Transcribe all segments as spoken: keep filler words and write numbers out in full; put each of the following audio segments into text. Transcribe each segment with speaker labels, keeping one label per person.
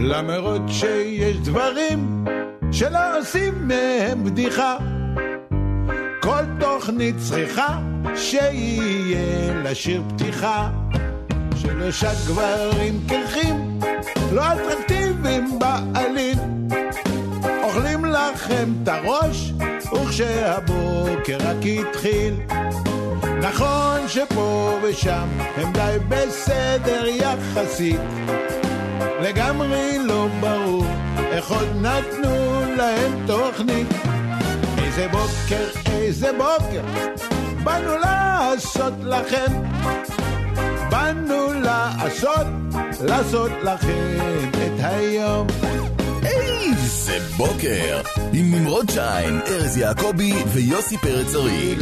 Speaker 1: למרות שיש דברים שלא עושים מהם בדיחה. כל תוכנית צריכה שיהיה לשיר פתיחה. שלושה גברים קרחים לא אטרקטיביים בעליל אוכלים לכם את הראש וכשהבוקר רק התחיל. נכון שפה ושם הם די בסדר יחסית, לגמרי לא ברור איך עוד נתנו להם תוכנית. איזה בוקר, איזה בוקר באנו לעשות לכם, באנו לעשות, לעשות לכם את היום.
Speaker 2: איזה בוקר עם נמרוד שיין, ארז יעקבי ויוסי פרץ ארי.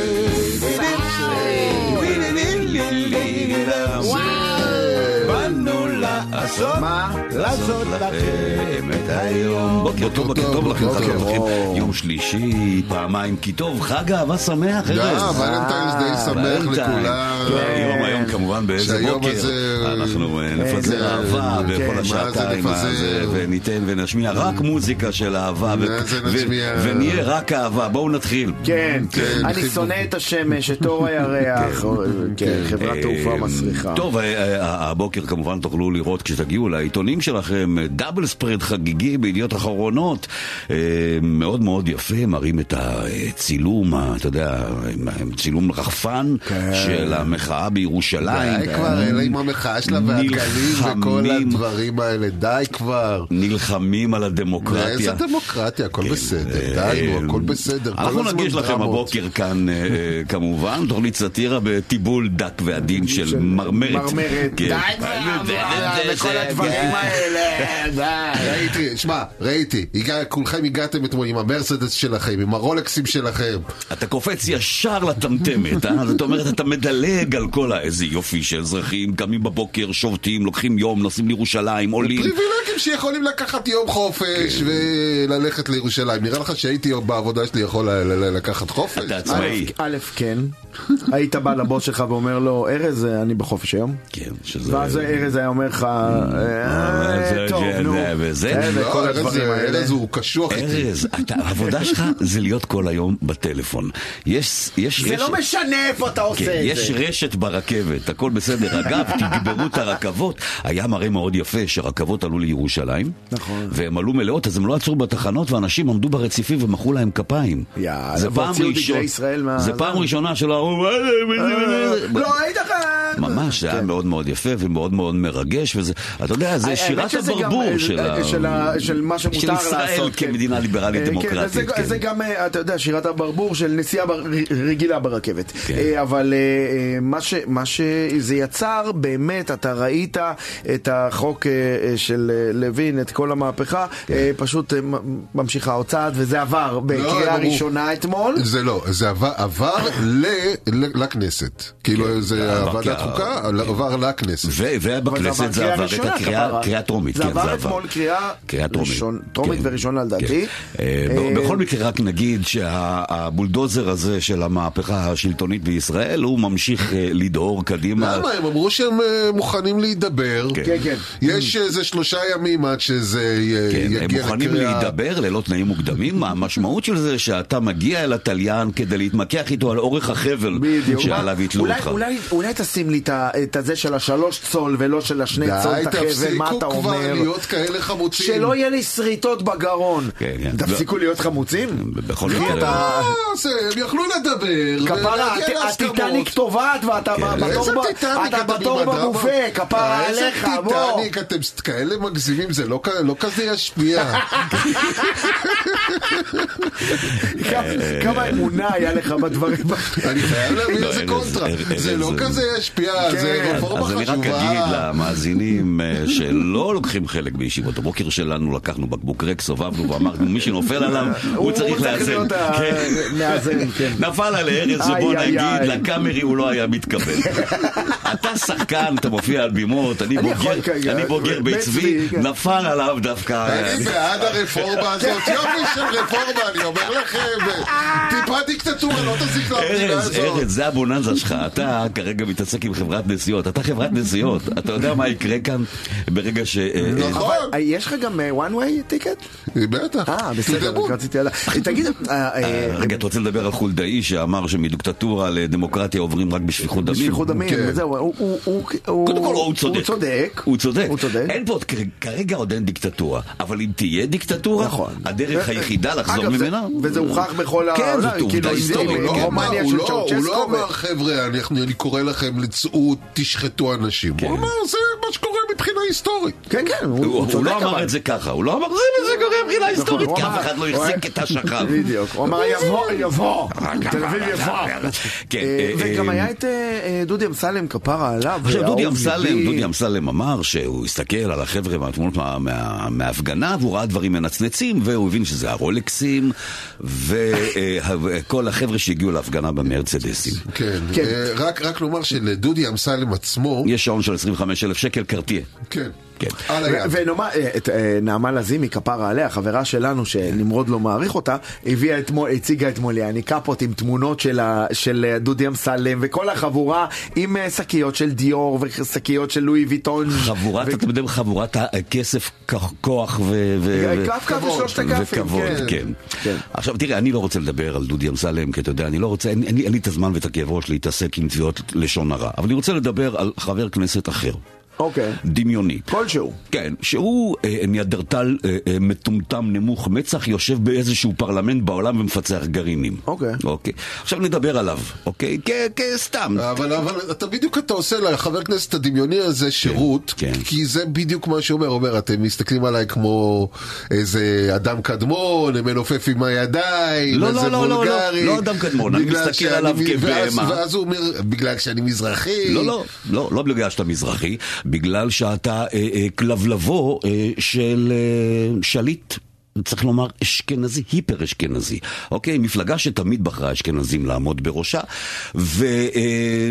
Speaker 1: באנו לעשות, לעשות לכם את היום.
Speaker 3: בוקר טוב, בוקר טוב לכם, יום שלישי, פעמיים כי טוב, חג אהבה שמח, ארז.
Speaker 4: ולנטיינס די שמח לכולם.
Speaker 3: היום, היום כמובן באיזה בוקר אנחנו נפזר אהבה בכל השעתיים הזה, וניתן ונשמיע רק מוזיקה של אהבה, ונהיה רק אהבה. בואו נתחיל.
Speaker 5: כן, אני שונא את השמש, את אור הירח, חברת תעופה מסריחה.
Speaker 3: טוב, הבוקר כמובן תוכלו לראות כשתגיעו לעיתונים שלכם דאבל ספרד חגיגי בידיעות אחרונות, מאוד מאוד יפה, מראים את הצילום, אתה יודע, צילום רחפן של המחאה בירושלים.
Speaker 4: די כבר, אלה עם המחאה שלה והגלים וכל הדברים האלה, די כבר.
Speaker 3: נלחמים על הדמוקרטיה.
Speaker 4: איזה דמוקרטיה, הכל בסדר, די, הכל בסדר.
Speaker 3: אנחנו נגיש לכם הבוקר כאן כמובן תוכנית סאטירה בטיבול דק ועדין של מרמרת.
Speaker 5: מרמרת, די וכל הדברים האלה.
Speaker 4: ראיתי, שמע, ראיתי, כולכם הגעתם אתמול עם המרסדס שלכם, עם הרולקסים שלכם.
Speaker 3: אתה קופץ ישר לטמטמת, זאת אומרת, אתה מדלג על כל איזה יופי שאזרחים קמים בבוקר, שובתים, לוקחים יום, נוסעים לירושלים, עולים.
Speaker 4: פריבילגים שיכולים לקחת יום חופש וללכת לירושלים. נראה לך שהייתי בעבודה שלי יכול לקחת חופש?
Speaker 3: אתה עצמאי.
Speaker 5: א', כן. היית בא לבוס שלך ואומר לו, ארז, אני בחופש היום?
Speaker 3: כן, שזה...
Speaker 5: ואז ארז היה אומר לך, טוב, נו.
Speaker 3: וזה?
Speaker 4: לא, ארז הוא קשוח איתי.
Speaker 3: ארז, העבודה שלך זה להיות כל היום בטלפון.
Speaker 5: זה לא משנה איפה אתה עושה את זה.
Speaker 3: יש רשת ברכבת, הכל בסדר. אגב, תגברו את הרכבות. היה מראה מאוד יפה שרכבות עלו לירושלים, והם עלו מלאות, אז הם לא עצרו בתחנות, ואנשים עמדו ברציפים ומחאו להם כפיים. זה פעם ראשונה שלא...
Speaker 5: לא, היית לך...
Speaker 3: ממש, זה היה מאוד מאוד יפה ומאוד מאוד מרגש, וזה, אתה יודע, זה שירת הברבור
Speaker 5: של מה שמותר לעשות.
Speaker 3: של ישראל כמדינה ליברלית דמוקרטית.
Speaker 5: זה גם, אתה יודע, שירת הברבור של נסיעה רגילה ברכבת. אבל מה שזה יצר, באמת, אתה ראית את החוק של לוין, את כל המהפכה, פשוט ממשיכה הוצאת, וזה עבר בקריאה ראשונה אתמול.
Speaker 4: זה לא, זה עבר לכנסת. כאילו, זה ועדת חוקה, עבר לכנסת.
Speaker 3: ובכנסת זה עבר את הקריאה טרומית.
Speaker 5: זה עבר אתמול קריאה טרומית וראשונה לדעתי.
Speaker 3: בכל מקרה רק נגיד שהבולדוזר הזה של המהפכה השלטונית בישראל הוא ממשיך לדהור קדימה.
Speaker 4: למה? הם אמרו שהם מוכנים להידבר.
Speaker 5: כן, כן.
Speaker 4: יש איזה שלושה ימים עד שזה יגיע לקריאה.
Speaker 3: הם מוכנים להידבר ללא תנאים מוקדמים. המשמעות של זה שאתה מגיע אל התליין כדי להתמקח איתו על אורך החבל שעליו יתלו אותך.
Speaker 5: אולי תשים לי את הזה של השלוש צול ולא של השני צול את החבל, מה אתה אומר?
Speaker 4: תפסיקו כבר להיות כאלה חמוצים.
Speaker 5: שלא יהיה לי שריטות בגרון. תפסיקו להיות חמוצים?
Speaker 3: בכל מקרה.
Speaker 4: הם יכלו לדבר.
Speaker 5: כפרה, הטיטניק טובעת ואתה בתור בבופה, כפרה עליך, בוא.
Speaker 4: איזה טיטניק, אתם כאלה מגזימים, זה לא כזה ישפיע.
Speaker 5: כמה אמונה היה לך בדברים.
Speaker 4: אני חייב להביא איזה קונטרה. זה לא כזה ישפיע, זה רפורמה חשובה.
Speaker 3: אז אני רק אגיד למאזינים שלא לוקחים חלק בישיבות. הבוקר שלנו לקחנו בקבוק ריק, סובבנו ואמרנו מי שנופל עליו הוא צריך לאזן. נפל על הארץ שבוא נגיד לקאמרי הוא לא היה מתקבל. אתה אתה שחקן, אתה מופיע על בימות, אני בוגר בצבי, נפל עליו דווקא.
Speaker 4: אני בעד הרפורמה הזאת, יופי של רפורמה, אני אומר לכם, טיפה דיקטטורה, לא תזיק למדינה הזאת.
Speaker 3: ארז, זה הבוננזה שלך, אתה כרגע מתעסק עם חברת נסיעות, אתה חברת נסיעות, אתה יודע מה יקרה כאן ברגע ש...
Speaker 4: נכון.
Speaker 5: יש לך גם one way ticket?
Speaker 4: בטח.
Speaker 5: אה, בסדר, רציתי לדעת. תגיד...
Speaker 3: רגע, אתה רוצה לדבר על חולדאי שאמר שמדיקטטורה לדמוקרטיה עוברים רק בשפיכות דמים?
Speaker 5: בשפיכות דמים, וזהו,
Speaker 3: קודם כל הוא צודק.
Speaker 5: הוא צודק.
Speaker 3: הוא צודק. אין פה, כרגע עוד אין דיקטטורה, אבל אם תהיה דיקטטורה, הדרך היחידה לחזור ממנה...
Speaker 5: וזה הוכח בכל העולם.
Speaker 3: כן, זאת עובדה היסטורית.
Speaker 4: הוא לא אמר, חבר'ה, אני קורא לכם לצאו, תשחטו אנשים. הוא אמר, זה מה שקורה מבחינה היסטורית.
Speaker 5: כן, כן,
Speaker 3: הוא לא אמר את זה ככה, הוא לא אמר זה קורה מבחינה היסטורית, כי אף אחד לא יחזיק את השכב.
Speaker 5: בדיוק, הוא אמר יבוא, יבוא, תל אביב יבוא. וגם היה את דודי אמסלם כפרה עליו.
Speaker 3: עכשיו דודי אמסלם, דודי אמסלם אמר שהוא הסתכל על החבר'ה מהתמונות מההפגנה, והוא ראה דברים מנצנצים, והוא הבין שזה הרולקסים, וכל החבר'ה שהגיעו להפגנה במרצדסים.
Speaker 4: כן, רק לומר שלדודי אמסלם עצמו...
Speaker 3: יש שעון של עשרים וחמישה אלף שקל קרטיה.
Speaker 4: כן.
Speaker 5: ונאמר, נעמה לזימי כפרה עליה, חברה שלנו שנמרוד לא מעריך אותה, הציגה אתמול יעני קאפות עם תמונות של דודי אמסלם וכל החבורה עם שקיות של דיור ושקיות של לואי ויטון.
Speaker 3: חבורת, אתה מדבר חבורת הכסף, כוח וכבוד, כן. עכשיו תראה, אני לא רוצה לדבר על דודי אמסלם, כי אתה יודע, אני לא רוצה, אין לי את הזמן ואת הכאב ראש להתעסק עם תביעות לשון הרע, אבל אני רוצה לדבר על חבר כנסת אחר.
Speaker 5: אוקיי.
Speaker 3: דמיוני.
Speaker 5: כלשהו.
Speaker 3: כן, שהוא אה, ניאדרטל אה, אה, מטומטם נמוך מצח, יושב באיזשהו פרלמנט בעולם ומפצח גרעינים.
Speaker 5: אוקיי.
Speaker 3: אוקיי. עכשיו נדבר עליו, אוקיי? כסתם.
Speaker 4: אבל, אבל אתה בדיוק אתה עושה לחבר כנסת הדמיוני הזה שירות,
Speaker 3: כן, כן.
Speaker 4: כי זה בדיוק מה שאומר, אומר, אתם מסתכלים עליי כמו איזה אדם קדמון, מנופף עם הידיים,
Speaker 3: לא,
Speaker 4: איזה
Speaker 3: לא,
Speaker 4: וולגרי.
Speaker 3: לא, לא, לא אדם קדמון, אני מסתכל עליו כבהמה.
Speaker 4: ואז הוא אומר, בגלל שאני מזרחי.
Speaker 3: לא, לא, לא, לא בגלל שאתה מזרחי. בגלל שאתה אה, אה, כלבלבו אה, של אה, שליט, צריך לומר אשכנזי, היפר אשכנזי. אוקיי, מפלגה שתמיד בחרה אשכנזים לעמוד בראשה, ו... אה,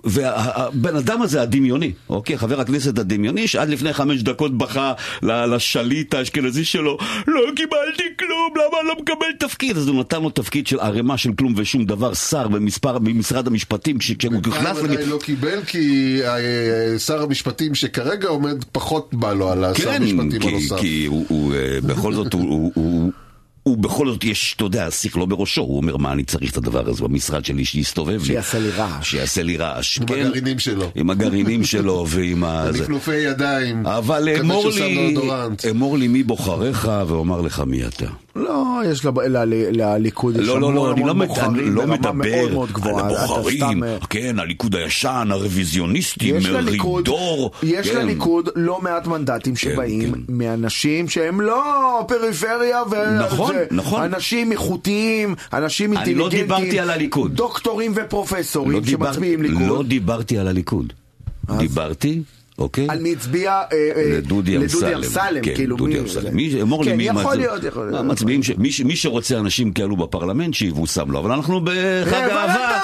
Speaker 3: והבן אדם הזה הדמיוני, אוקיי, חבר הכנסת הדמיוני, שעד לפני חמש דקות בכה לשליט האשכנזי שלו, לא קיבלתי כלום, למה לא מקבל תפקיד? אז הוא נתן לו תפקיד של ערימה של כלום ושום דבר, שר במספר, במשרד המשפטים, כשהוא נכנס...
Speaker 4: לג... לא קיבל כי שר המשפטים שכרגע עומד פחות בא לו על השר המשפטים הנוסף.
Speaker 3: כן, כי הוא, הוא, בכל זאת הוא... הוא הוא בכל זאת יש, אתה יודע, שכלו בראשו, הוא אומר, מה אני צריך את הדבר הזה במשרד שלי שיסתובב לי?
Speaker 5: שיעשה לי רעש.
Speaker 3: שיעשה לי רעש,
Speaker 4: עם
Speaker 3: כן.
Speaker 4: הגרעינים שלו.
Speaker 3: עם הגרעינים שלו ועם ה...
Speaker 4: נפנופי ידיים.
Speaker 3: אבל אמור לי, אמור לי מי בוחריך ואומר לך מי אתה.
Speaker 5: לא, יש לליכוד, יש
Speaker 3: לא, לא, לא, אני לא מדבר
Speaker 5: על
Speaker 3: הבוחרים, כן, הליכוד הישן, הרוויזיוניסטי, מרידור.
Speaker 5: יש לליכוד לא מעט מנדטים שבאים מאנשים שהם לא פריפריה,
Speaker 3: נכון, נכון.
Speaker 5: אנשים איכותיים, אנשים אינטליגנטים.
Speaker 3: אני לא דיברתי על הליכוד.
Speaker 5: דוקטורים ופרופסורים שמצביעים ליכוד.
Speaker 3: לא דיברתי על הליכוד. דיברתי... אוקיי?
Speaker 5: על מי הצביע
Speaker 3: לדודי אמסלם. כן, דודי אמסלם. אמור לי מי מצביעים, מי שרוצה אנשים כאלו בפרלמנט שיבוסם לו, אבל אנחנו בחג אהבה.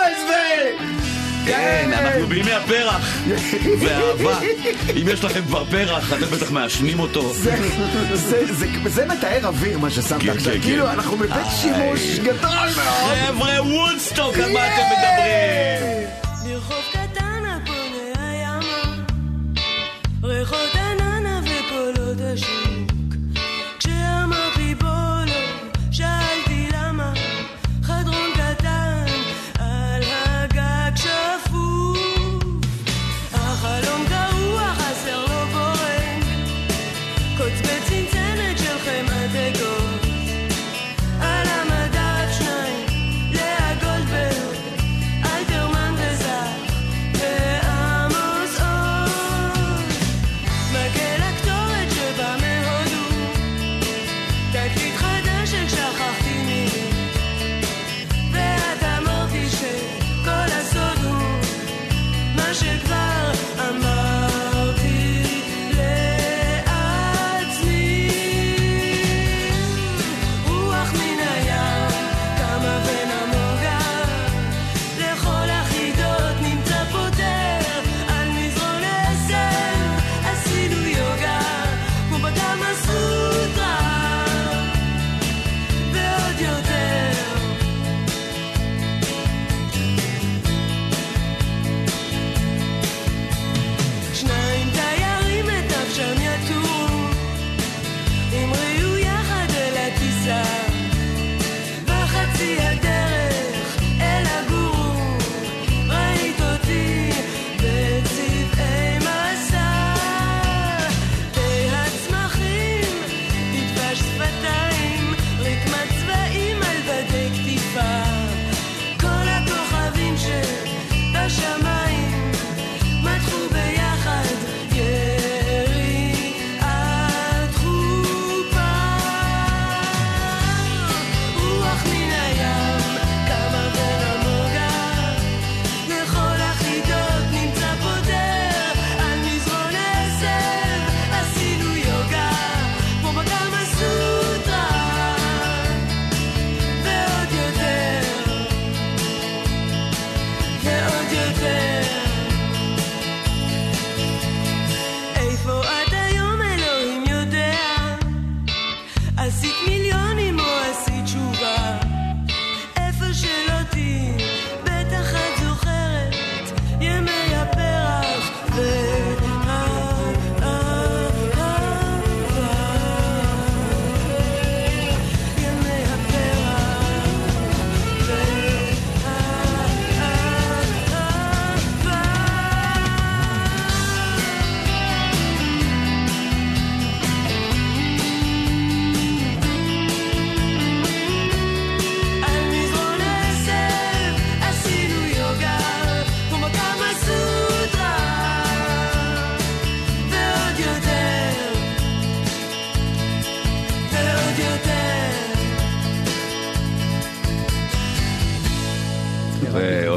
Speaker 3: כן, אנחנו בימי הפרח ואהבה. אם יש לכם כבר פרח, אתם בטח מאשנים אותו.
Speaker 5: זה מתאר אוויר מה ששמת עכשיו. כאילו אנחנו בבית שימוש גדול מאוד.
Speaker 3: חבר'ה, וודסטוק, על מה אתם מדברים?
Speaker 6: לרחוב קטן הפונה הימה, ריחות עננה וקולות השוק. כשאמרתי בוא לא, שאלתי למה, חדרון קטן על הגג שפוף. החלום גרוע חסר לו גורם, קוץ בצנצנת של חמת אגוז. על המדף שניים, לאה גולדברג, אלתרמן וז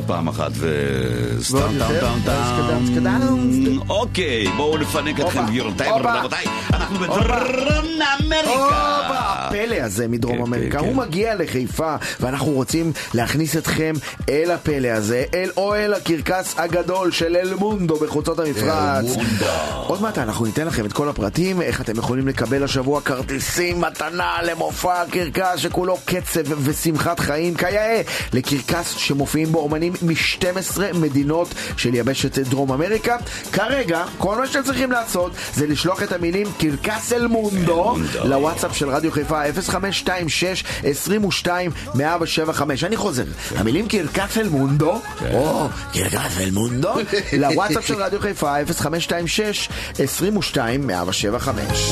Speaker 3: פעם אחת וסתם
Speaker 5: ועוד
Speaker 3: טאם
Speaker 5: יותר.
Speaker 3: טאם טאם.
Speaker 5: טאם.
Speaker 3: אוקיי, בואו נפנק אתכם גבירותיי
Speaker 5: הופה.
Speaker 3: ורבותיי. אנחנו בדרום אמריקה.
Speaker 5: הופה, הפלא הזה מדרום
Speaker 3: כן,
Speaker 5: אמריקה,
Speaker 3: כן,
Speaker 5: הוא
Speaker 3: כן.
Speaker 5: מגיע לחיפה, ואנחנו רוצים להכניס אתכם אל הפלא הזה, אל אוהל הקרקס הגדול של אל מונדו בחוצות המפרץ. עוד מעט אנחנו ניתן לכם את כל הפרטים, איך אתם יכולים לקבל השבוע כרטיסים מתנה למופע קרקס שכולו קצב ושמחת חיים, כיאה לקרקס שמופיעים בו אומנים מ-שתים עשרה מדינות של יבשת דרום אמריקה. כרגע, כל מה שאתם צריכים לעשות זה לשלוח את המילים קרקס אל מונדו לוואטסאפ של רדיו חיפה אפס חמש שתיים שש עשרים ושתיים מאה שבע חמש. אני חוזר, המילים קרקס אל מונדו או קרקס אל מונדו לוואטסאפ של רדיו חיפה אפס חמש שתיים שש עשרים ושתיים מאה שבע חמש.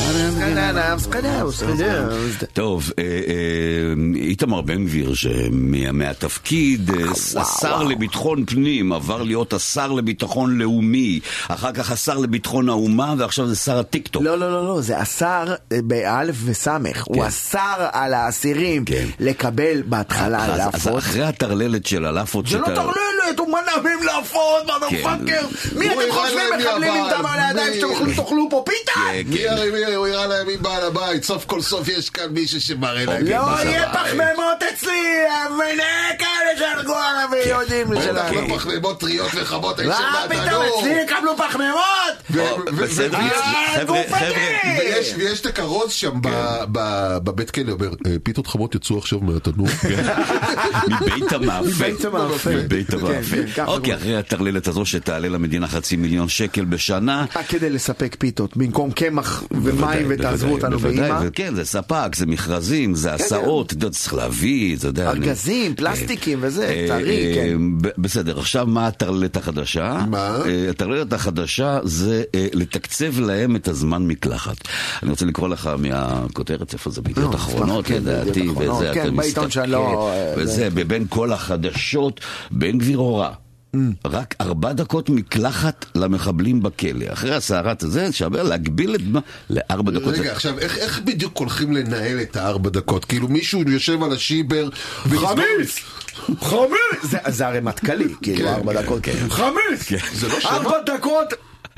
Speaker 3: טוב, אה, אה, איתמר בן גביר שמהתפקיד אה, השר לביטחון פנים עבר להיות השר לביטחון לאומי, אחר כך השר לביטחון האומה, ועכשיו זה שר הטיקטוק.
Speaker 5: לא, לא, לא, לא, זה השר באלף וסמך, הוא אסר על האסירים לקבל בהתחלה
Speaker 3: אז, אז
Speaker 5: לאפות.
Speaker 3: אחרי התרללת של הלאפות
Speaker 5: זה לא
Speaker 3: שאתה-
Speaker 5: תרללת, הוא מנע מהם לאפות, מודרפאקר. מי
Speaker 4: הוא
Speaker 5: אתם
Speaker 4: הראה
Speaker 5: חושבים
Speaker 4: להם
Speaker 5: מחבלים עם
Speaker 4: יוון,
Speaker 5: דם על הידיים
Speaker 4: מי-
Speaker 5: שתאכלו תאכלו פה פיתה?
Speaker 4: מי הרי מי הוא הראה להם מי בעל הבית, סוף כל סוף יש כאן מישהו שמראה להם
Speaker 5: לא
Speaker 4: מה
Speaker 5: יהיה
Speaker 4: הבית.
Speaker 5: פחמימות אצלי, אבל כאלה שהרגו ערבי יהודים
Speaker 4: בטח
Speaker 5: שלנו.
Speaker 4: לא פחמימות טריות וחמות,
Speaker 5: מה פתאום אצלי יקבלו פחמימות?
Speaker 3: או, בסדר,
Speaker 5: אה,
Speaker 3: חבר'ה,
Speaker 5: גופתי!
Speaker 3: חבר'ה,
Speaker 4: ויש, ויש את הכרוז שם ב- ב- בבית כלא, אומר, "אה, פיתות חמות יצאו עכשיו מהתנור.
Speaker 3: מבית המאפה.
Speaker 5: מבית המאפה.
Speaker 3: מבית המאפה.
Speaker 5: כן, כן, ככה
Speaker 3: אוקיי,
Speaker 5: הוא.
Speaker 3: אחרי התרללת הזו שתעלה למדינה חצי מיליון שקל בשנה.
Speaker 5: רק כדי לספק פיתות, במקום קמח ומים
Speaker 3: בוודאי,
Speaker 5: ותעזבו
Speaker 3: בוודאי,
Speaker 5: אותנו
Speaker 3: בוודאי,
Speaker 5: באמא.
Speaker 3: וכן, זה ספק, זה מכרזים, זה הסעות, אתה יודע, צריך להביא, אתה יודע.
Speaker 5: ארגזים,
Speaker 3: אני-
Speaker 5: פלסטיקים וזה,
Speaker 3: אה,
Speaker 5: טרי,
Speaker 3: אה,
Speaker 5: כן.
Speaker 3: ב- בסדר, עכשיו מה הטרללת החדשה?
Speaker 4: מה?
Speaker 3: אה, הטרללת החדשה זה אה, לתקצב להם את הזמן מקלחת. אני רוצה לקרוא לך מהכותרת, איפה זה בידיעות אחרונות,
Speaker 5: כן,
Speaker 3: לדעתי,
Speaker 5: בידיעות אחרונות,
Speaker 3: וזה,
Speaker 5: כן,
Speaker 3: אתה
Speaker 5: בעיתון
Speaker 3: מסתכל,
Speaker 5: שלו, אה,
Speaker 3: וזה,
Speaker 5: זה-
Speaker 3: בבין כל החדשות, בן גביר הורה. רק ארבע דקות מקלחת למחבלים בכלא. אחרי הסערת הזה, שווה להגביל את מה לארבע דקות.
Speaker 4: רגע, עכשיו, איך, איך בדיוק הולכים לנהל את הארבע דקות? כאילו מישהו יושב על השיבר
Speaker 5: חמיס! חמיס! זה- זה הרי מטכלי, כאילו ארבע דקות. חמיס!
Speaker 4: זה לא שבע?
Speaker 5: ארבע דקות!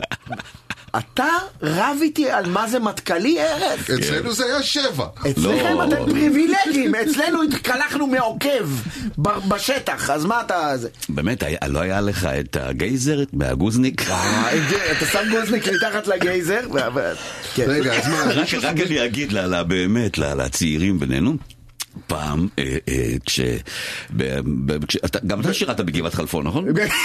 Speaker 5: אתה רב איתי על מה זה מטכלי ארץ?
Speaker 4: אצלנו זה היה שבע.
Speaker 5: אצלכם
Speaker 3: לא.
Speaker 5: אתם פריבילגים, אצלנו התקלחנו מעוקב ב- בשטח, אז מה אתה... זה-
Speaker 3: באמת, היה- לא היה לך את הגייזר מהגוזניק?
Speaker 5: אתה שם גוזניק מתחת לגייזר, ו- ו- כן.
Speaker 4: רגע, אז מה?
Speaker 3: רק רק אני אגיד לה- לה- באמת, לה- לצעירים בינינו, פעם, אה, אה, כש... ב- ב- כש- אתה- גם אתה שירת בגבעת חלפון, נכון?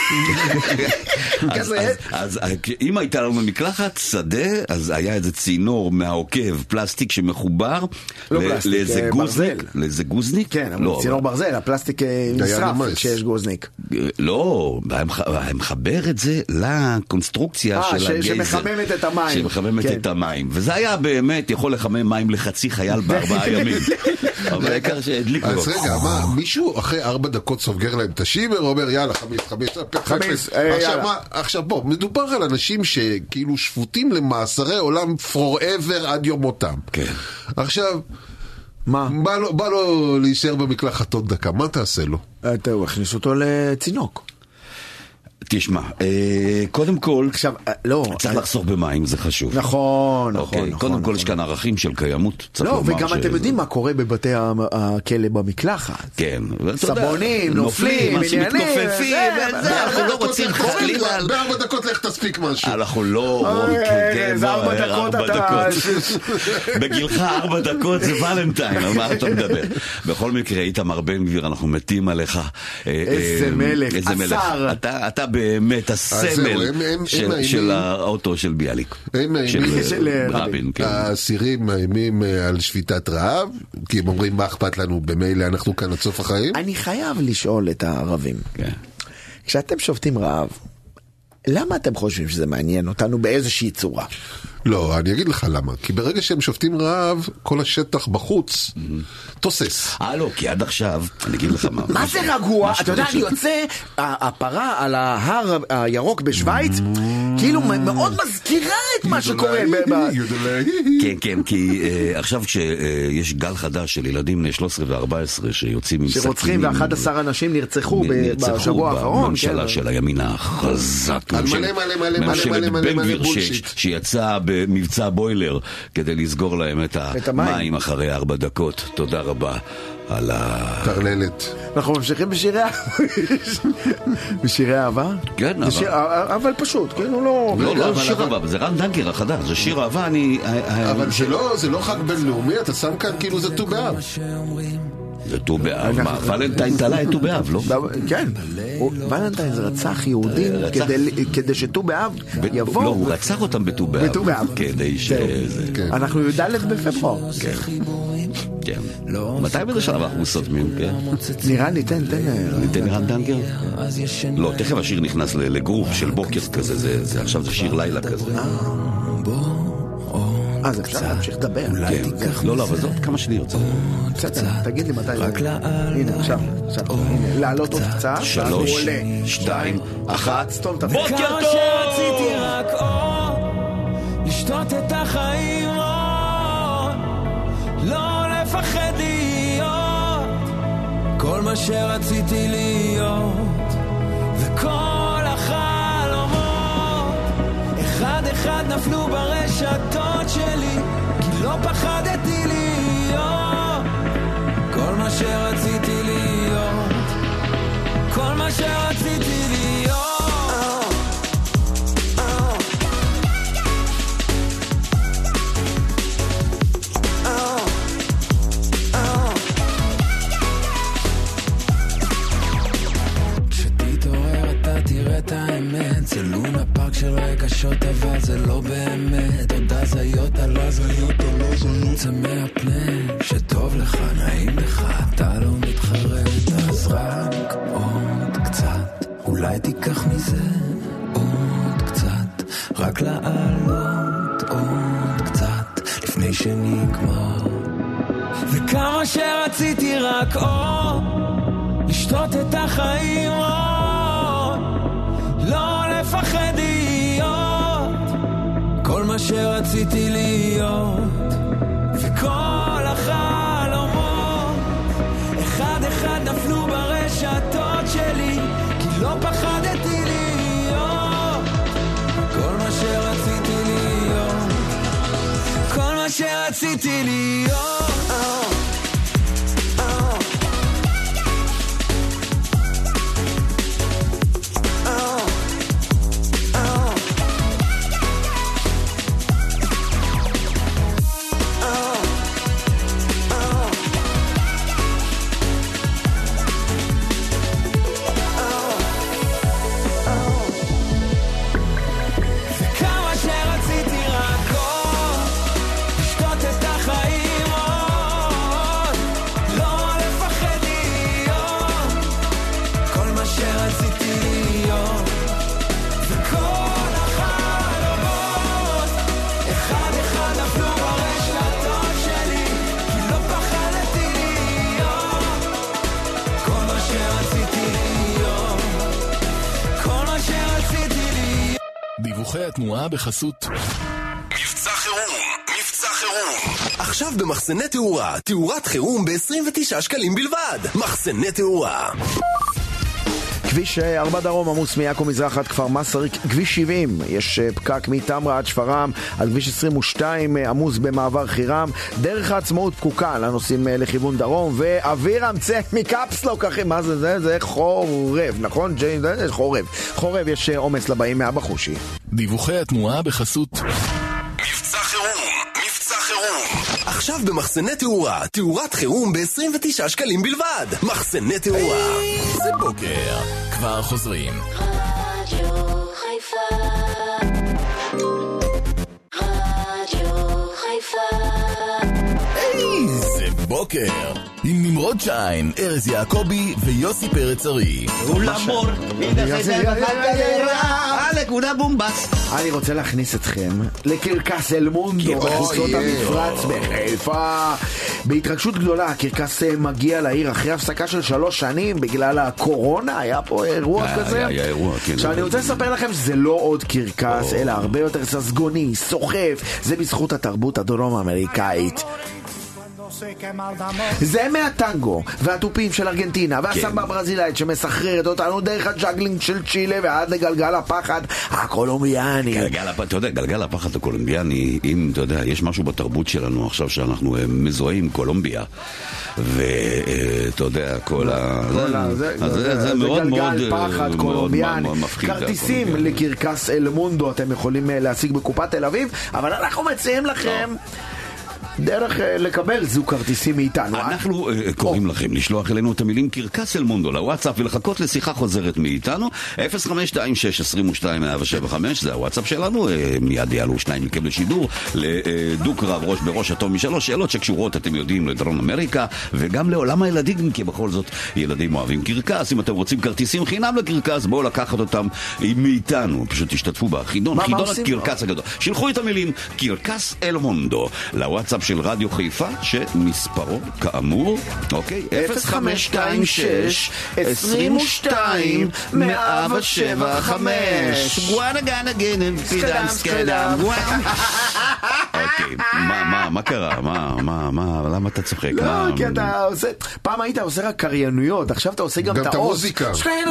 Speaker 3: אז-
Speaker 5: כזה.
Speaker 3: אז- אז אה, אם הייתה לנו מקלחת שדה, אז היה איזה צינור מהעוקב, פלסטיק שמחובר
Speaker 5: לא
Speaker 3: ל-
Speaker 5: פלסטיק,
Speaker 3: לאיזה
Speaker 5: אה,
Speaker 3: גוזניק.
Speaker 5: ברזל.
Speaker 3: לאיזה גוזניק?
Speaker 5: כן, אבל
Speaker 3: לא,
Speaker 5: צינור ברזל, הפלסטיק אה, נשרף
Speaker 4: נמס.
Speaker 5: כשיש גוזניק.
Speaker 3: לא, היה מח- היה מחבר את זה לקונסטרוקציה
Speaker 5: אה,
Speaker 3: של
Speaker 5: ש-
Speaker 3: הגייזר.
Speaker 5: שמחממת את המים.
Speaker 3: שמחממת
Speaker 5: כן.
Speaker 3: את המים. וזה היה באמת יכול לחמם מים לחצי חייל בארבעה ימים. אבל העיקר שהדליקו.
Speaker 4: אז רגע, מה, מישהו אחרי ארבע דקות סוגר להם את השיבר, אומר יאללה, חמיס, חמיס,
Speaker 5: חמיס, אה,
Speaker 4: עכשיו
Speaker 5: יאללה.
Speaker 4: מה, עכשיו בוא, מדובר על אנשים שכאילו שפוטים למאסרי עולם forever עד יום מותם.
Speaker 3: כן.
Speaker 4: עכשיו,
Speaker 5: מה?
Speaker 4: בא לו- בא לו להישאר במקלחת עוד דקה, מה תעשה לו?
Speaker 5: אתה הכניס אותו לצינוק.
Speaker 3: תשמע, אה, קודם כל,
Speaker 5: עכשיו, אה, לא.
Speaker 3: צריך לחסוך במים, זה חשוב.
Speaker 5: נכון,
Speaker 3: אוקיי,
Speaker 5: נכון, נכון.
Speaker 3: קודם כל
Speaker 5: נכון.
Speaker 3: יש כאן ערכים של קיימות. צריך
Speaker 5: לא,
Speaker 3: לומר
Speaker 5: וגם
Speaker 3: שזה-
Speaker 5: אתם יודעים מה קורה בבתי ה- הכלא במקלחת.
Speaker 3: כן. ואתה יודע,
Speaker 5: סבונים, נופלים,
Speaker 3: אנשים
Speaker 5: עניינים,
Speaker 3: מתכופפים,
Speaker 5: זה,
Speaker 3: וזה, אנחנו לא רוצים חלילה.
Speaker 4: בארבע דקות לך תספיק משהו.
Speaker 3: אנחנו לא...
Speaker 5: אוי,
Speaker 3: כן,
Speaker 5: זה
Speaker 3: בוא,
Speaker 5: ארבע
Speaker 3: אה,
Speaker 5: דקות
Speaker 3: ארבע
Speaker 5: אתה-
Speaker 3: דקות. בגילך ארבע דקות זה ולנטיין, על מה אתה מדבר? בכל מקרה, איתמר בן גביר, אנחנו מתים עליך.
Speaker 5: איזה
Speaker 3: אה,
Speaker 5: מלך,
Speaker 3: איזה מלך.
Speaker 5: השר.
Speaker 3: אתה אתה באמת
Speaker 4: זהו,
Speaker 3: הסמל
Speaker 4: הם- הם-
Speaker 3: של-
Speaker 4: הם
Speaker 3: של
Speaker 4: מאיימים.
Speaker 3: האוטו של ביאליק.
Speaker 4: הם מאיימים.
Speaker 3: של
Speaker 5: של, אה,
Speaker 3: רבין,
Speaker 5: רבין.
Speaker 3: כן.
Speaker 4: האסירים מאיימים אה, על שביתת רעב, כי הם אומרים מה אכפת לנו, במילא אנחנו כאן עד סוף החיים.
Speaker 5: אני חייב לשאול את הערבים,
Speaker 3: כן.
Speaker 5: כשאתם שובתים רעב, למה אתם חושבים שזה מעניין אותנו באיזושהי צורה?
Speaker 4: לא, אני אגיד לך למה. כי ברגע שהם שופטים רעב, כל השטח בחוץ תוסס.
Speaker 3: אה לא, כי עד עכשיו, אני אגיד לך מה.
Speaker 5: מה זה רגוע?
Speaker 3: מה
Speaker 5: אתה יודע,
Speaker 3: שקורה
Speaker 5: אני
Speaker 3: שם.
Speaker 5: יוצא, ה- הפרה על ההר הירוק בשוויץ, כאילו מאוד מזכירה את מה שקורה.
Speaker 3: כן, כן, כי עכשיו כשיש גל חדש של ילדים בני שלוש עשרה ו-ארבע עשרה שיוצאים עם סכינים,
Speaker 5: שרוצחים ואחד עשר אנשים נרצחו בשבוע האחרון,
Speaker 3: בממשלה של הימין החזק,
Speaker 4: מלא מלא מלא מלא מלא מלא בולשיט,
Speaker 3: שיצא במבצע בוילר כדי לסגור להם את המים אחרי ארבע דקות. תודה רבה על
Speaker 4: הטרללת.
Speaker 5: אנחנו ממשיכים בשירי בשירי אהבה?
Speaker 3: כן,
Speaker 5: אבל פשוט, כאילו לא...
Speaker 3: לא, לא שיר אהבה, זה רן דנקר החדש, זה שיר אהבה, אני...
Speaker 4: אבל זה לא חג בינלאומי, אתה שם כאן כאילו זה ט"ו באב.
Speaker 3: זה ט"ו באב, מה? ולנטיין תלה את ט"ו באב, לא?
Speaker 5: כן, ולנטיין זה רצח יהודים כדי שט"ו באב יבוא.
Speaker 3: לא, הוא רצח אותם בט"ו באב. כדי ש...
Speaker 5: אנחנו יודעת בפברואר.
Speaker 3: כן. כן. מתי בזה שלב אנחנו סותמים, כן?
Speaker 5: נראה, ניתן, ניתן.
Speaker 3: ניתן רן דנקר? לא, תכף השיר נכנס לגרוף של בוקר כזה, עכשיו זה שיר לילה כזה.
Speaker 5: אז אפשר להמשיך לדבר.
Speaker 3: לא, לא, אבל זאת כמה שניות.
Speaker 5: תגיד לי מתי. הנה, עכשיו. לעלות עוד קצת.
Speaker 3: שלוש, שתיים, אחת. בוקר טוב!
Speaker 7: שרציתי רק אור, לשתות את החיים אור, לא לפחד להיות כל מה שרציתי להיות, וכל החלומות אחד אחד נפלו ברשתות שלי, כי לא פחדתי להיות כל מה שרציתי להיות, כל מה שרציתי להיות. את האמת זה לונה פארק של רגשות, אבל זה לא באמת עוד הזיות על הזיות או לא זונות, זה מהפני שטוב לך, נעים לך, אתה לא מתחרט, אז רק עוד קצת, אולי תיקח מזה עוד קצת, רק לעלות עוד קצת לפני שנגמר. וכמה שרציתי רק עוד לשתות את החיים עוד, לא לפחד להיות כל מה שרציתי להיות, וכל החלומות אחד אחד נפלו ברשתות שלי, כי לא פחדתי להיות כל מה שרציתי להיות, כל מה שרציתי להיות.
Speaker 2: התנועה בחסות מבצע חירום, מבצע חירום. עכשיו במחסני תאורה, תאורת חירום ב-עשרים ותשעה שקלים בלבד. מחסני תאורה.
Speaker 5: כביש ארבע דרום עמוס מיעקו מזרח עד כפר מסריק, כביש שבעים יש פקק מתמרה עד שפרעם, על כביש עשרים ושתיים עמוס במעבר חירם, דרך העצמאות פקוקה לנוסעים לכיוון דרום, ואוויר המצא מקפסלוק, אחי, מה זה זה? זה חורב, נכון? זה חורב. חורב יש עומס לבאים מאבא חושי.
Speaker 2: דיווחי התנועה בחסות
Speaker 8: מבצע חירום, מבצע חירום.
Speaker 2: עכשיו במחסני תאורה, תאורת חירום ב-עשרים ותשעה שקלים בלבד. מחסני תאורה. זה בוקר. כבר חוזרים.
Speaker 6: רדיו חיפה, רדיו חיפה.
Speaker 2: איזה בוקר. עם נמרוד שיין, ארז יעקובי ויוסי פרץ ארי.
Speaker 1: ולמור,
Speaker 3: נקודה בומבס.
Speaker 5: אני רוצה להכניס אתכם לקרקס אל מונדו בחוצות המפרץ בחיפה. בהתרגשות גדולה, הקרקס מגיע לעיר אחרי הפסקה של שלוש שנים בגלל הקורונה. היה פה אירוע כזה.
Speaker 3: היה אירוע, כן.
Speaker 5: עכשיו אני רוצה לספר לכם שזה לא עוד קרקס, אלא הרבה יותר ססגוני, סוחף. זה בזכות התרבות הדרום האמריקאית. זה מהטנגו והטופים של ארגנטינה והסמבה הברזילאית שמסחררת אותנו דרך הג'אגלינג של צ'ילה ועד לגלגל הפחד הקולומביאני.
Speaker 3: גלגל הפחד, אתה יודע, גלגל הפחד הקולומביאני, אם אתה יודע, יש משהו בתרבות שלנו עכשיו שאנחנו מזוהים קולומביה, ואתה יודע, כל ה... זה מאוד מאוד
Speaker 5: פחד קולומביאני. כרטיסים לקרקס אל מונדו אתם יכולים להשיג בקופת תל אביב, אבל אנחנו מציעים לכם דרך לקבל זוג כרטיסים מאיתנו.
Speaker 3: אנחנו קוראים לכם לשלוח אלינו את המילים קרקס אל מונדו לוואטסאפ ולחכות לשיחה חוזרת מאיתנו. אפס חמש שתיים שש עשרים ושתיים מאה שבע וחמש זה הוואטסאפ שלנו. מיד יעלו שניים מכם לשידור לדוק רב ראש בראש אטום משלוש שאלות שקשורות, אתם יודעים, לדרום אמריקה וגם לעולם הילדים, כי בכל זאת ילדים אוהבים קרקס. אם אתם רוצים כרטיסים חינם לקרקס, בואו לקחת אותם מאיתנו, פשוט תשתתפו בחידון, חידון הקרקס הגדול. שלחו את המילים קרקס אל מונדו לוואטסאפ של רדיו חיפה, שמספרו כאמור, אוקיי, אפס חמש שתיים שש עשרים ושתיים מאה שבע וחמש. גואנה גאנה גנן פידם סקדם גואנה. אוקיי, מה, מה, מה קרה? מה, מה, מה, למה אתה צוחק?
Speaker 5: לא, כי אתה עושה, פעם היית עושה רק קריינויות, עכשיו אתה עושה גם את המוזיקה.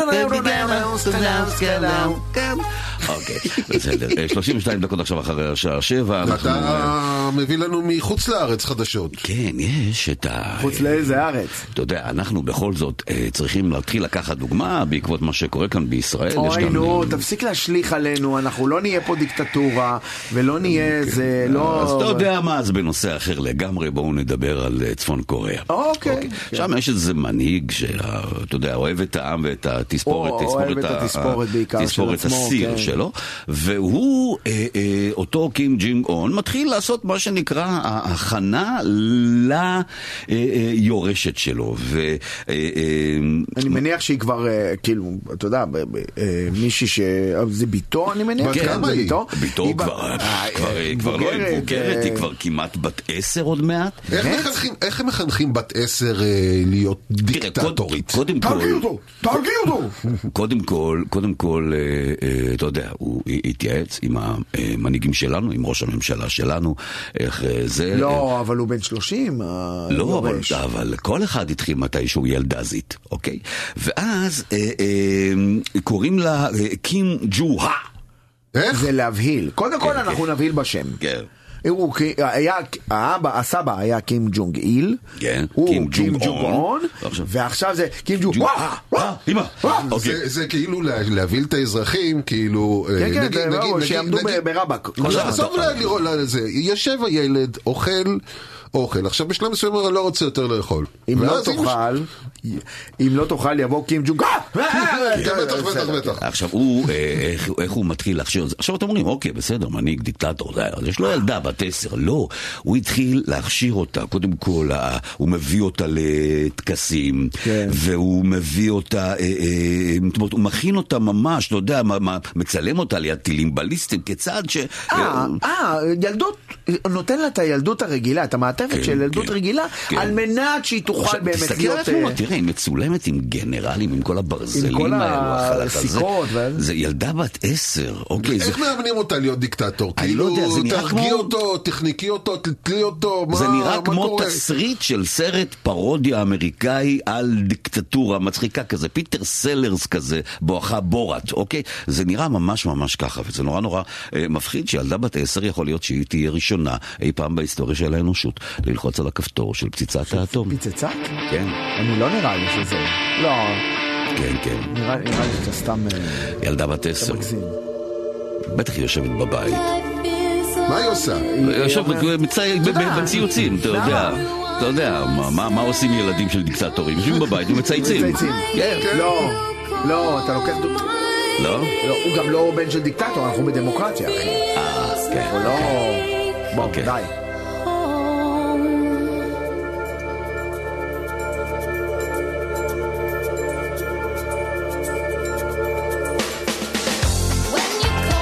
Speaker 3: אוקיי, בסדר. שלושים ושתיים דקות עכשיו אחרי השעה שבע.
Speaker 4: אתה מביא לנו מחוץ לארץ חדשות.
Speaker 3: כן, יש את ה...
Speaker 5: חוץ לאיזה ארץ?
Speaker 3: אתה יודע, אנחנו בכל זאת צריכים להתחיל לקחת דוגמה בעקבות מה שקורה כאן בישראל.
Speaker 5: אוי נו, תפסיק להשליך עלינו, אנחנו לא נהיה פה דיקטטורה, ולא נהיה איזה, לא...
Speaker 3: אז אתה יודע מה, אז בנושא אחר לגמרי, בואו נדבר על צפון קוריאה.
Speaker 5: אוקיי.
Speaker 3: שם יש איזה מנהיג שאתה יודע, אוהב את העם ואת התספורת,
Speaker 5: אוהב את התספורת בעיקר של עצמו.
Speaker 3: תספורת הסיר שלו, והוא, אותו קים ג'ינג און, מתחיל לעשות מה שנקרא ההכנה ליורשת שלו.
Speaker 5: אני מניח שהיא כבר, כאילו, אתה יודע, מישהי ש... זה ביתו, אני מניח?
Speaker 3: כן, זה ביתו. ביתו כבר לא מבוגרת, היא כבר כמעט בת עשר עוד מעט.
Speaker 4: איך הם מחנכים בת עשר להיות דיקטטורית?
Speaker 3: קודם כל...
Speaker 5: תרגיע אותו! תרגיע אותו!
Speaker 3: קודם כל, קודם כל, אתה יודע, הוא התייעץ עם המנהיגים שלנו, עם ראש הממשלה שלנו, איך זה...
Speaker 5: לא, אבל הוא בן שלושים.
Speaker 3: לא, אבל כל אחד התחיל מתישהו ילדזית, אוקיי? ואז קוראים לה קים ג'ו-הא.
Speaker 4: איך?
Speaker 5: זה להבהיל. קודם כל אנחנו נבהיל בשם.
Speaker 3: כן.
Speaker 5: הוא היה, האבא, הסבא היה קים ג'ונג איל, הוא קים ג'ונג און, ועכשיו זה קים ג'ונג
Speaker 3: אמא.
Speaker 4: זה כאילו להבהיל את האזרחים, כאילו
Speaker 5: נגיד, שיעמדו ברבק.
Speaker 4: עזוב לזה, יושב הילד, אוכל אוכל, עכשיו בשלב מסוים אני לא רוצה יותר לאכול.
Speaker 5: אם לא תאכל, אם לא תאכל יבוא קים ג'ונג.
Speaker 4: בטח, בטח, בטח.
Speaker 3: עכשיו הוא, איך הוא מתחיל להכשיר את זה? עכשיו אתם אומרים, אוקיי, בסדר, מנהיג, דיקטטור, יש לו ילדה בת עשר. לא, הוא התחיל להכשיר אותה. קודם כל, הוא מביא אותה לטקסים, והוא מביא אותה, הוא מכין אותה ממש, אתה יודע, מצלם אותה ליד טילים בליסטיים, כצעד ש...
Speaker 5: אה, ילדות, נותן לה את הילדות הרגילה, את המעטפת של ילדות רגילה, על מנת שהיא תוכל באמת להיות...
Speaker 3: תראה, היא מצולמת עם גנרלים, עם כל הברזלים האלו,
Speaker 5: הסיכות.
Speaker 3: זה ילדה בת עשר.
Speaker 4: איך מאמנים אותה להיות דיקטטור? כאילו, תרגיע אותו, תכניקי אותו, תתלי אותו,
Speaker 3: זה נראה כמו תסריט של סרט פרודיה אמריקאי על דיקטטורה מצחיקה כזה, פיטר סלרס כזה, בואכה בורת, אוקיי? זה נראה ממש ממש ככה, וזה נורא נורא מפחיד שילדה בת עשר יכול להיות שהיא תהיה ראשונה אי פעם בהיסטוריה של האנושות ללחוץ על הכפתור של פציצת האטום.
Speaker 5: פציצה?
Speaker 3: כן.
Speaker 5: אני לא נראה לי שזה... לא.
Speaker 3: כן, כן.
Speaker 5: נראה לי שאתה סתם...
Speaker 3: ילדה בת עשר. בטח היא יושבת בבית.
Speaker 4: מה היא עושה?
Speaker 3: היא יושבת בציוצים, אתה יודע. אתה יודע, מה עושים ילדים של דיקטטורים? יושבים בבית ומצייצים.
Speaker 5: לא, לא, אתה לוקח...
Speaker 3: לא?
Speaker 5: הוא גם לא בן של דיקטטור, אנחנו בדמוקרטיה, אחי.
Speaker 3: אה, כן.
Speaker 5: הוא לא... בוא, די.
Speaker 6: When you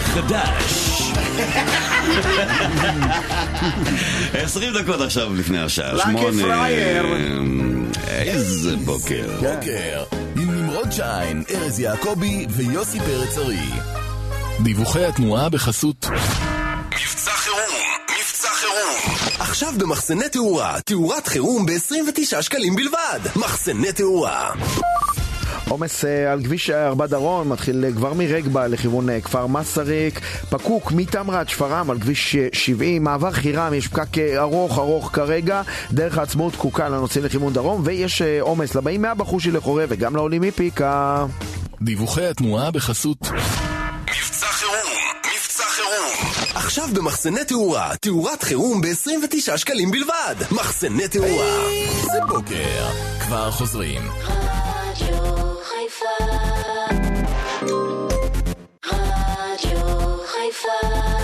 Speaker 3: חדש. עשרים דקות עכשיו לפני השעה.
Speaker 5: Lucky Flyer.
Speaker 3: איזה בוקר.
Speaker 2: בוקר עם נמרוד שיין, ארז יעקבי ויוסי פרץ ארי. דיווחי התנועה בחסות
Speaker 8: מבצע חירום, מבצע חירום.
Speaker 2: עכשיו במחסני תאורה, תאורת חירום ב-עשרים ותשעה שקלים בלבד. מחסני תאורה.
Speaker 5: עומס על כביש ארבע דרום מתחיל כבר מרגבה לכיוון כפר מסריק, פקוק מתמרת שפרעם על כביש שבעים, מעבר חירם, יש פקק ארוך ארוך כרגע, דרך העצמאות קוקה לנוצאים לכיוון דרום, ויש עומס לבאים מהבחושי לחורב וגם לעולים מפיקה.
Speaker 2: דיווחי התנועה בחסות
Speaker 8: מבצע חירום, מבצע חירום.
Speaker 2: עכשיו במחסני תאורה, תאורת חירום ב-עשרים ותשעה שקלים בלבד. מחסני תאורה. איזה בוקר. כבר חוזרים.
Speaker 6: רדיו חיפה, רדיו חיפה.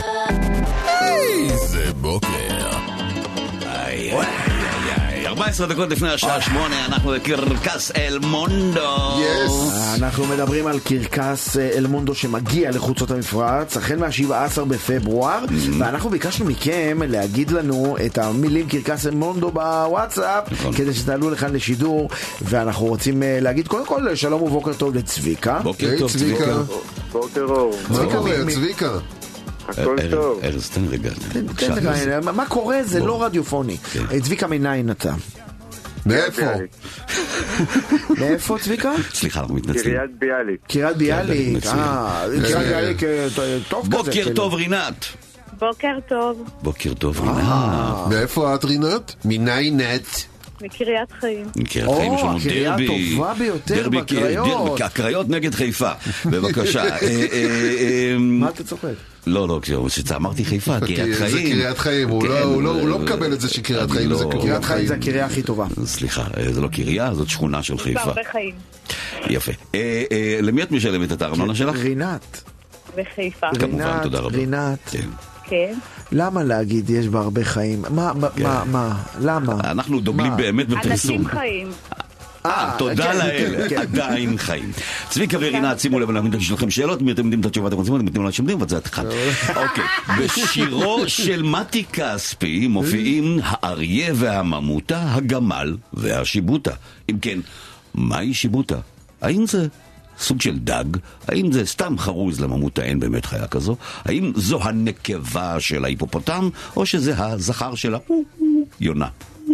Speaker 2: איזה בוקר.
Speaker 3: איי, איי, איי. ארבע עשרה דקות לפני השעה שמונה, אנחנו בקרקס אל מונדו.
Speaker 5: אנחנו מדברים על קרקס אל מונדו שמגיע לחוצות המפרץ החל מה-שבעה עשר בפברואר, ואנחנו ביקשנו מכם להגיד לנו את המילים קרקס אל מונדו בוואטסאפ כדי שתעלו לכאן לשידור, ואנחנו רוצים להגיד קודם כל שלום ובוקר טוב לצביקה.
Speaker 3: בוקר טוב צביקה.
Speaker 9: בוקר אור.
Speaker 4: צביקה.
Speaker 9: הכל טוב.
Speaker 3: ארז, תן רגע.
Speaker 5: מה קורה? זה לא רדיופוני. צביקה, מניין אתה?
Speaker 4: מאיפה?
Speaker 5: מאיפה צביקה?
Speaker 3: סליחה, אנחנו מתנצלים.
Speaker 9: קריית ביאליק.
Speaker 5: קריית ביאליק. אה, קריית ביאליק טוב כזה.
Speaker 3: בוקר טוב רינת.
Speaker 10: בוקר טוב.
Speaker 3: בוקר טוב רינת.
Speaker 4: מאיפה את רינת? מניין את?
Speaker 10: מקריית חיים.
Speaker 3: מקריית חיים יש לנו
Speaker 5: קריאה
Speaker 3: דרבי.
Speaker 5: טובה ביותר
Speaker 3: דרבי,
Speaker 5: בקריות.
Speaker 3: דרבי, הקריות נגד חיפה. בבקשה.
Speaker 5: מה אתה צוחק?
Speaker 3: לא, לא, כשאמרתי חיפה, קריית חיים.
Speaker 4: זה קריית חיים, הוא לא מקבל את זה שקריית חיים זה
Speaker 5: קריית חיים זה הקריאה הכי טובה.
Speaker 3: סליחה, זה לא קרייה, זאת שכונה של חיפה.
Speaker 10: בהרבה חיים.
Speaker 3: יפה. למי את משלמת את הארנונה שלך?
Speaker 5: רינת.
Speaker 10: בחיפה.
Speaker 3: כמובן, תודה רבה.
Speaker 5: רינת.
Speaker 10: כן.
Speaker 5: למה להגיד יש בה הרבה חיים? מה, מה, מה? למה?
Speaker 3: אנחנו דוגלים באמת בפרסום.
Speaker 10: אנשים חיים.
Speaker 3: אה, תודה לאל, עדיין חיים. צביקה ורינת, שימו לב, אני יש לכם שאלות, מי אתם יודעים את התשובה, אתם רוצים, אתם יודעים מה שמדים, וזה את אחד. אוקיי, בשירו של מתי כספי מופיעים האריה והממותה, הגמל והשיבוטה. אם כן, מהי שיבוטה? האם זה סוג של דג? האם זה סתם חרוז לממותה, אין באמת חיה כזו? האם זו הנקבה של ההיפופוטם, או שזה הזכר שלה? יונה.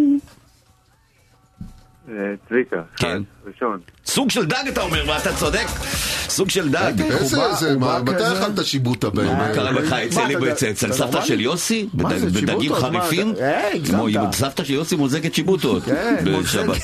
Speaker 9: צביקה,
Speaker 3: כן.
Speaker 9: ראשון.
Speaker 3: סוג של דג אתה אומר, ואתה צודק. סוג של דג.
Speaker 4: איזה, זה, מתי אכלת שיבוטה באמת?
Speaker 3: מה קרה לך? אצל אצל סבתא של יוסי? בדגים חריפים? כמו סבתא של יוסי מוזגת שיבוטות. בשבת.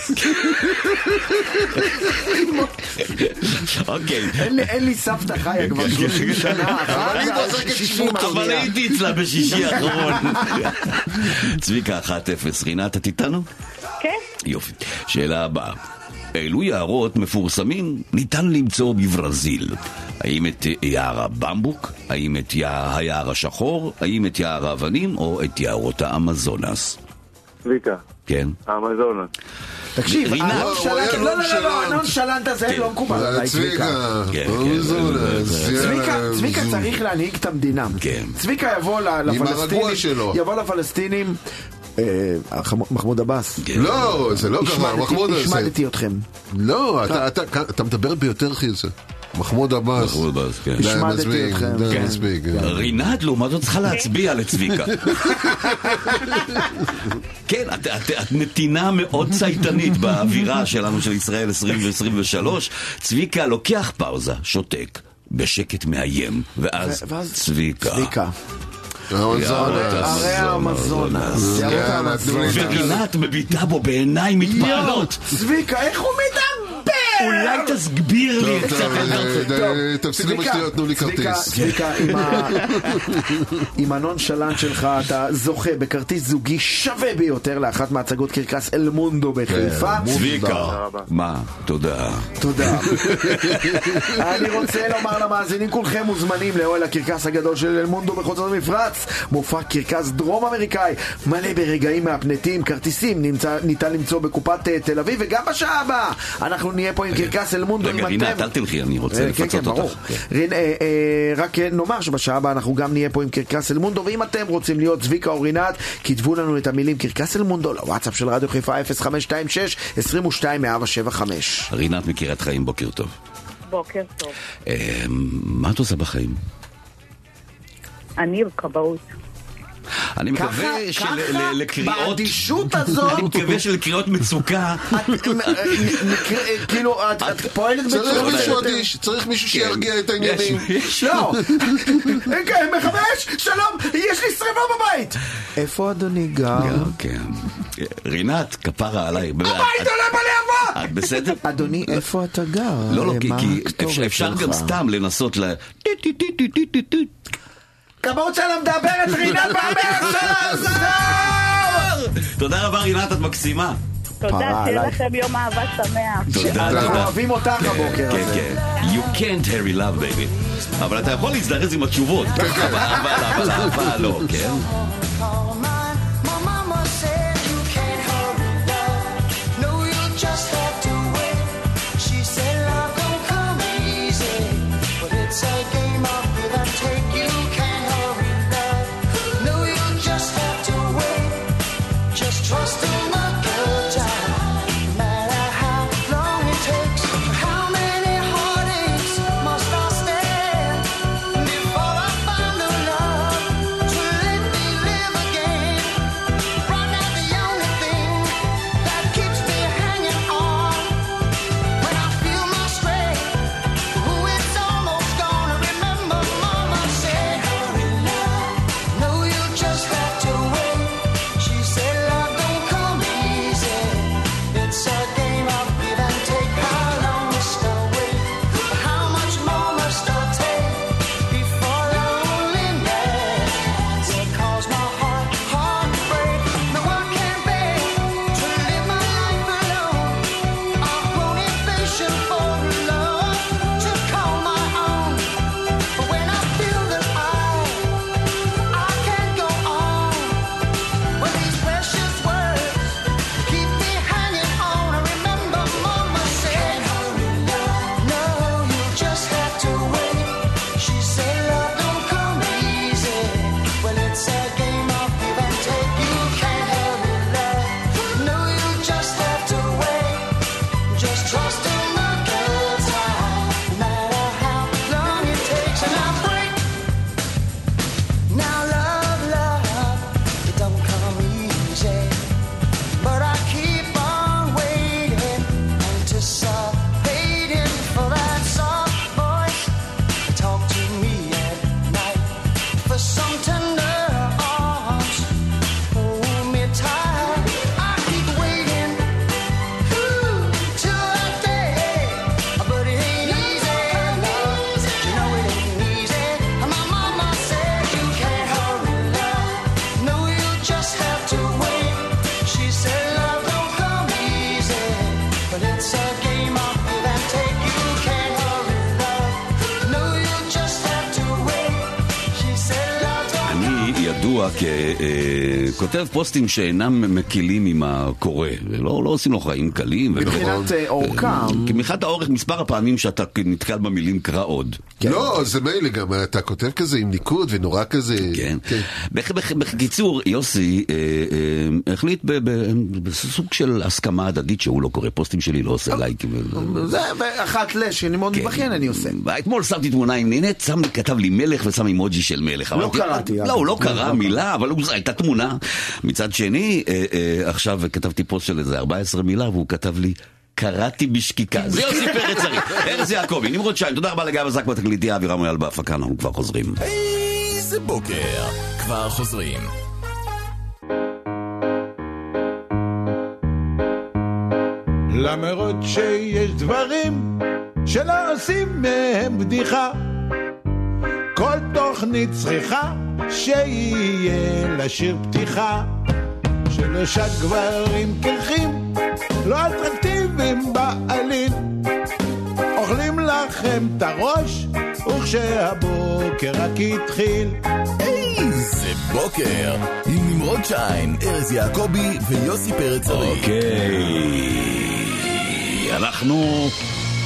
Speaker 3: אוקיי.
Speaker 5: אין לי סבתא חיה כבר שלושים שנה.
Speaker 4: אני מוזגת שיבוטות.
Speaker 3: אבל הייתי אצלה בשישי האחרון. צביקה אחת אפס. רינת, את איתנו?
Speaker 10: כן.
Speaker 3: יופי. שאלה הבאה. אילו יערות מפורסמים ניתן למצוא בברזיל? האם את יער הבמבוק? האם את היער השחור? האם את יער האבנים? או את יערות האמזונס?
Speaker 9: צביקה.
Speaker 3: כן.
Speaker 9: האמזונס.
Speaker 5: תקשיב, הנון שלנט, לא, לא, לא, הנון שלנט הזה לא מקובל עליי, צביקה. צביקה צריך להנהיג את המדינה. צביקה יבוא לפלסטינים, יבוא לפלסטינים, מחמוד עבאס.
Speaker 4: לא, זה לא ככה, מחמוד עבאס.
Speaker 5: השמדתי אתכם.
Speaker 4: לא, אתה מדבר ביותר חיזה. מחמוד עבאס.
Speaker 3: מחמוד עבאס, כן.
Speaker 5: השמדתי אתכם.
Speaker 3: רינת, לעומת זאת צריכה להצביע לצביקה. כן, את נתינה מאוד צייתנית באווירה שלנו של ישראל עשרים ושלוש. צביקה לוקח פאוזה, שותק, בשקט מאיים, ואז צביקה.
Speaker 5: צביקה. הרי האמזונס.
Speaker 3: ורינת מביטה בו בעיניים מתפעלות.
Speaker 5: צביקה, איך הוא מדבר?
Speaker 3: אולי תסביר לי קצת.
Speaker 4: תפסיק עם השטויות, תנו לי כרטיס.
Speaker 5: צביקה, עם הנונשלנט שלך אתה זוכה בכרטיס זוגי שווה ביותר לאחת מהצגות קרקס אל מונדו בחיפה.
Speaker 3: צביקה, מה? תודה.
Speaker 5: תודה. אני רוצה לומר למאזינים, כולכם מוזמנים לאוהל הקרקס הגדול של אל מונדו בחוצות המפרץ, מופע קרקס דרום אמריקאי מלא ברגעים מהפנטים. כרטיסים ניתן למצוא בקופת תל אביב, וגם בשעה הבאה אנחנו נהיה פה עם קרקס אל מונדו.
Speaker 3: רגע, רינת, אל תלכי, אני רוצה לפצות אותך.
Speaker 5: רק נאמר שבשעה הבאה אנחנו גם נהיה פה עם קרקס אל מונדו, ואם אתם רוצים להיות צביקה או רינת, כתבו לנו את המילים קרקס אל מונדו לוואטסאפ של רדיו חיפה אפס חמש שתיים שש עשרים ושתיים מאה שבע חמש.
Speaker 3: רינת מקריית חיים, בוקר טוב.
Speaker 10: בוקר טוב.
Speaker 3: מה את עושה בחיים?
Speaker 10: אני בכבאות.
Speaker 3: אני מקווה שלקריאות...
Speaker 5: באדישות הזאת...
Speaker 3: אני מקווה שלקריאות מצוקה...
Speaker 5: כאילו, את פועלת בצורה...
Speaker 4: צריך מישהו אדיש, צריך מישהו שירגיע את העניינים.
Speaker 5: לא! מחמש, שלום, יש לי שריפה בבית! איפה אדוני גר?
Speaker 3: כן. רינת, כפרה עליי.
Speaker 5: הבית עולה בלהבה!
Speaker 3: את בסדר?
Speaker 5: אדוני, איפה אתה גר?
Speaker 3: לא, לא, כי אפשר גם סתם לנסות ל...
Speaker 5: כבאות שלה מדברת רינת באמר שלה!
Speaker 3: תודה רבה רינת, את מקסימה.
Speaker 10: תודה, שיהיה לכם יום אהבה שמח.
Speaker 3: תודה, תודה.
Speaker 5: אנחנו אוהבים אותך הבוקר הזה.
Speaker 3: כן, כן. You can't hurry love, baby. אבל אתה יכול להזדרז עם התשובות. אבל, אבל, אבל, לא, כן? כותב פוסטים שאינם מקילים עם הקורא, ולא לא עושים לו חיים קלים.
Speaker 5: מבחינת אורכם.
Speaker 3: מבחינת האורך, מספר הפעמים שאתה נתקל במילים קרא עוד.
Speaker 4: לא, זה מילא גם, אתה כותב כזה עם ניקוד ונורא כזה.
Speaker 3: כן. בקיצור, יוסי החליט בסוג של הסכמה הדדית שהוא לא קורא פוסטים שלי, לא עושה לייקים.
Speaker 5: זה אחת לש, אני מאוד מתבחין, אני עושה.
Speaker 3: אתמול שמתי תמונה עם נינת, כתב לי מלך ושם אימוג'י של מלך.
Speaker 5: לא קראתי.
Speaker 3: לא, הוא לא קרא מילה, אבל הייתה תמונה. מצד שני, עכשיו כתבתי פוסט של איזה ארבע עשרה מילה, והוא כתב לי, קראתי בשקיקה. זה יוסי פרץ ארי, ארז יעקבי, נמרוד שיים, תודה רבה לגב הזק בתקליטי, אבירם אייל בהפקה, אנחנו כבר חוזרים.
Speaker 2: איזה בוקר, כבר חוזרים.
Speaker 1: למרות שיש דברים שלא עושים מהם בדיחה, כל תוכנית צריכה שיהיה לשיר פתיחה, שלושה גברים קרחים לא אטרקטיביים בעליל אוכלים לכם את הראש וכשהבוקר רק התחיל.
Speaker 2: איזה בוקר עם נמרוד שיים, ארז יעקבי ויוסי פרץ ארי.
Speaker 3: אוקיי, אנחנו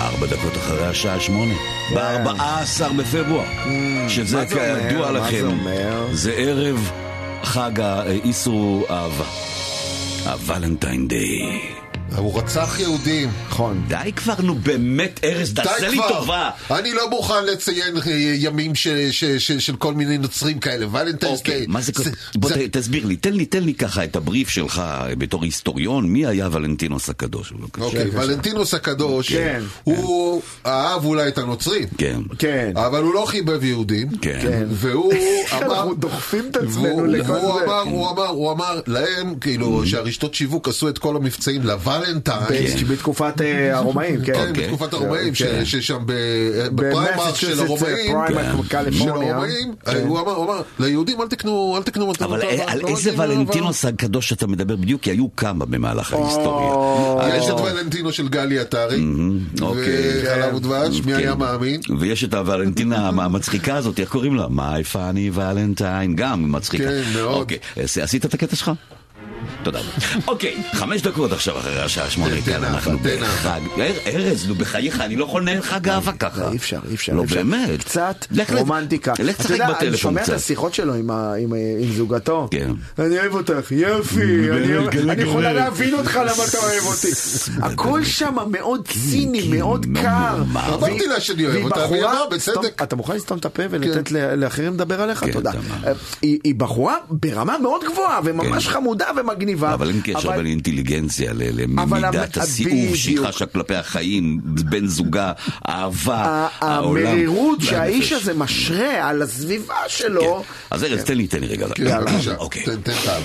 Speaker 3: ארבע דקות אחרי השעה שמונה, ב-ארבעה עשר בפברואר, שזה כידוע לכם, זה ערב חג האיסור אהבה, הוולנטיין דיי.
Speaker 4: הוא רצח יהודים.
Speaker 5: נכון.
Speaker 3: די כבר, נו באמת, ארז, תעשה לי טובה.
Speaker 4: אני לא מוכן לציין ימים של כל מיני נוצרים כאלה. ולנטיינס דיי.
Speaker 3: מה זה? בוא תסביר לי, תן לי, תן לי ככה את הבריף שלך בתור היסטוריון, מי היה ולנטינוס הקדוש?
Speaker 4: אוקיי, ולנטינוס הקדוש, הוא אהב אולי את הנוצרים.
Speaker 5: כן.
Speaker 4: אבל הוא לא חיבב יהודים.
Speaker 3: כן.
Speaker 4: והוא אמר...
Speaker 5: אנחנו דוחפים את עצמנו לכל זה.
Speaker 4: הוא אמר, הוא אמר להם, כאילו, שהרשתות שיווק עשו את כל המבצעים לוולנטיין.
Speaker 5: בתקופת הרומאים, כן.
Speaker 4: בתקופת הרומאים, ששם בפריימרק של הרומאים, הוא אמר, ליהודים אל תקנו, אל תקנו.
Speaker 3: אבל על איזה ולנטינוס הקדוש אתה מדבר בדיוק? כי היו כמה במהלך ההיסטוריה.
Speaker 4: יש את ולנטינו של גלי עטרי, וחלב ודבש, מי היה מאמין?
Speaker 3: ויש את הוולנטינה המצחיקה הזאת, איך קוראים לה? My funny valentine, גם מצחיקה.
Speaker 4: כן, מאוד.
Speaker 3: עשית את הקטע שלך? תודה. אוקיי, חמש דקות עכשיו אחרי השעה שמונה, כאן אנחנו בחג. ארז, נו בחייך, אני לא יכול לנהל חג אהבה ככה.
Speaker 5: אי אפשר, אי אפשר.
Speaker 3: לא באמת.
Speaker 5: קצת רומנטיקה.
Speaker 3: לך תשחק בטלפון קצת.
Speaker 5: אני שומע את השיחות שלו עם זוגתו.
Speaker 3: כן.
Speaker 5: אני אוהב אותך, יפי. אני יכולה להבין אותך למה אתה אוהב אותי. הכל שם מאוד ציני, מאוד קר.
Speaker 4: אמרתי לה שאני אוהב אותה, והיא אמרה בצדק.
Speaker 5: אתה מוכן לסתום את הפה ולתת לאחרים לדבר עליך? תודה. היא בחורה ברמה מאוד גבוהה וממש חמודה ומגניבה.
Speaker 3: אבל אין קשר בין אינטליגנציה למידת הסיעוף שהיא חשה כלפי החיים, בן זוגה, אהבה, העולם.
Speaker 5: המרירות שהאיש הזה משרה על הסביבה שלו.
Speaker 3: אז ארז, תן לי, תן לי רגע.
Speaker 4: תן תאהבה.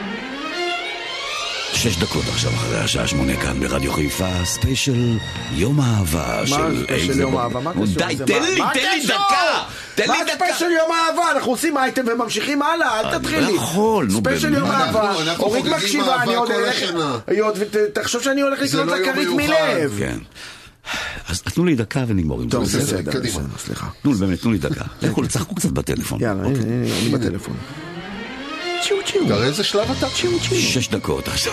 Speaker 3: שש דקות עכשיו אחרי השעה שמונה כאן ברדיו חיפה, ספיישל יום האהבה של איזה...
Speaker 5: מה ספיישל יום האהבה? מה קשור?
Speaker 3: די, תן לי, תן לי דקה! תן לי דקה!
Speaker 5: מה ספיישל יום האהבה? אנחנו עושים אייטם וממשיכים הלאה, אל תתחיל לי.
Speaker 3: נכון, נו
Speaker 5: ספיישל יום האהבה, אורית מקשיבה, אני עוד הולך... תחשוב שאני הולך לקנות לכרית מלב.
Speaker 3: כן. אז תנו לי דקה ונגמור עם זה.
Speaker 5: טוב, בסדר, סליחה.
Speaker 3: תנו לי, באמת, תנו לי דקה. לכו, צחקו קצת בטלפון.
Speaker 5: יאללה, אני בטלפון. צ'יו צ'יו.
Speaker 4: תראה איזה שלב אתה?
Speaker 5: צ'יו צ'יו.
Speaker 3: שש דקות עכשיו.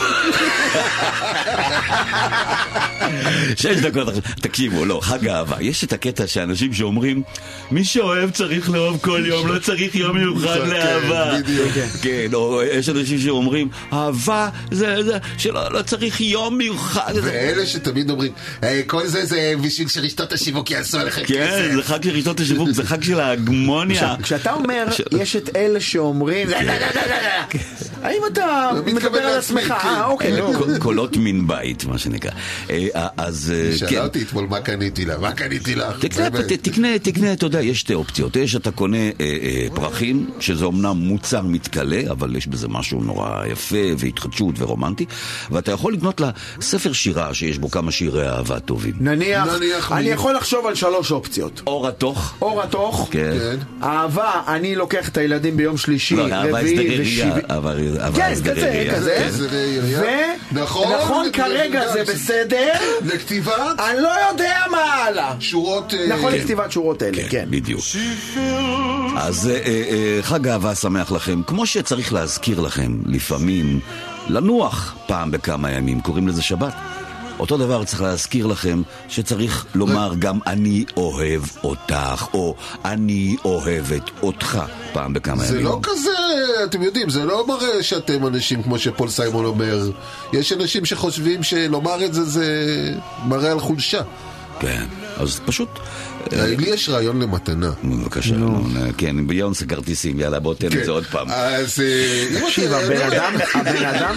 Speaker 3: שש דקות עכשיו. תקשיבו, לא, חג אהבה. יש את הקטע שאנשים שאומרים, מי שאוהב צריך לאהוב כל יום, לא צריך יום מיוחד לאהבה. כן, או יש אנשים שאומרים, אהבה זה, זה, שלא צריך יום מיוחד.
Speaker 4: ואלה שתמיד אומרים, כל זה זה בשביל שרשתות השיווק יעשו עליכם כסף.
Speaker 3: כן, זה חג של רשתות השיווק, זה חג של ההגמוניה.
Speaker 5: כשאתה אומר, יש את אלה שאומרים, האם אתה מדבר על עצמך? אה, אוקיי.
Speaker 3: קולות מן בית, מה שנקרא. אז
Speaker 4: שאלה אותי אתמול מה קניתי לה, מה קניתי לה?
Speaker 3: תקנה, תקנה, אתה יודע, יש שתי אופציות. יש, אתה קונה פרחים, שזה אומנם מוצר מתקלה, אבל יש בזה משהו נורא יפה והתחדשות ורומנטי, ואתה יכול לקנות לה ספר שירה שיש בו כמה שירי אהבה טובים.
Speaker 5: נניח, אני יכול לחשוב על שלוש אופציות.
Speaker 3: אור התוך.
Speaker 5: אור התוך.
Speaker 3: כן.
Speaker 5: אהבה, אני לוקח את הילדים ביום שלישי, רביעי ושבעי. כן, כזה, כזה. ונכון, כרגע זה בסדר.
Speaker 4: לכתיבת?
Speaker 5: אני לא יודע מה הלאה.
Speaker 4: שורות...
Speaker 5: נכון, לכתיבת שורות אלה, כן.
Speaker 3: בדיוק. אז חג אהבה שמח לכם. כמו שצריך להזכיר לכם, לפעמים, לנוח פעם בכמה ימים, קוראים לזה שבת. אותו דבר צריך להזכיר לכם שצריך לומר גם אני אוהב אותך או אני אוהבת אותך פעם בכמה ימים.
Speaker 4: זה לא כזה, אתם יודעים, זה לא מראה שאתם אנשים כמו שפול סיימון אומר. יש אנשים שחושבים שלומר את זה זה מראה על חולשה.
Speaker 3: כן, אז פשוט...
Speaker 4: לי יש רעיון למתנה.
Speaker 3: בבקשה, כן, ביון זה כרטיסים, יאללה בוא תן את זה עוד פעם.
Speaker 4: אז...
Speaker 5: תקשיב, הבן אדם, הבן אדם...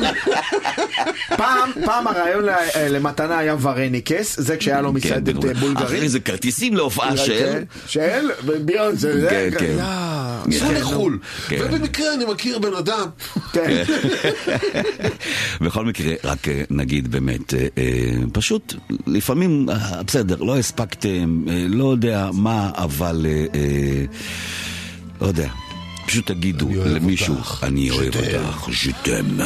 Speaker 5: פעם הרעיון למתנה היה ורניקס, זה כשהיה לו מסעדת בולגרית.
Speaker 3: אחרי זה כרטיסים להופעה של...
Speaker 5: של? ביון זה...
Speaker 3: כן, כן.
Speaker 4: סעו לחול. ובמקרה אני מכיר בן אדם.
Speaker 5: כן.
Speaker 3: בכל מקרה, רק נגיד באמת, פשוט לפעמים, בסדר, לא הספקתם, לא יודע מה, אבל לא יודע, פשוט תגידו למישהו, אני אוהב אותך, ז'תם.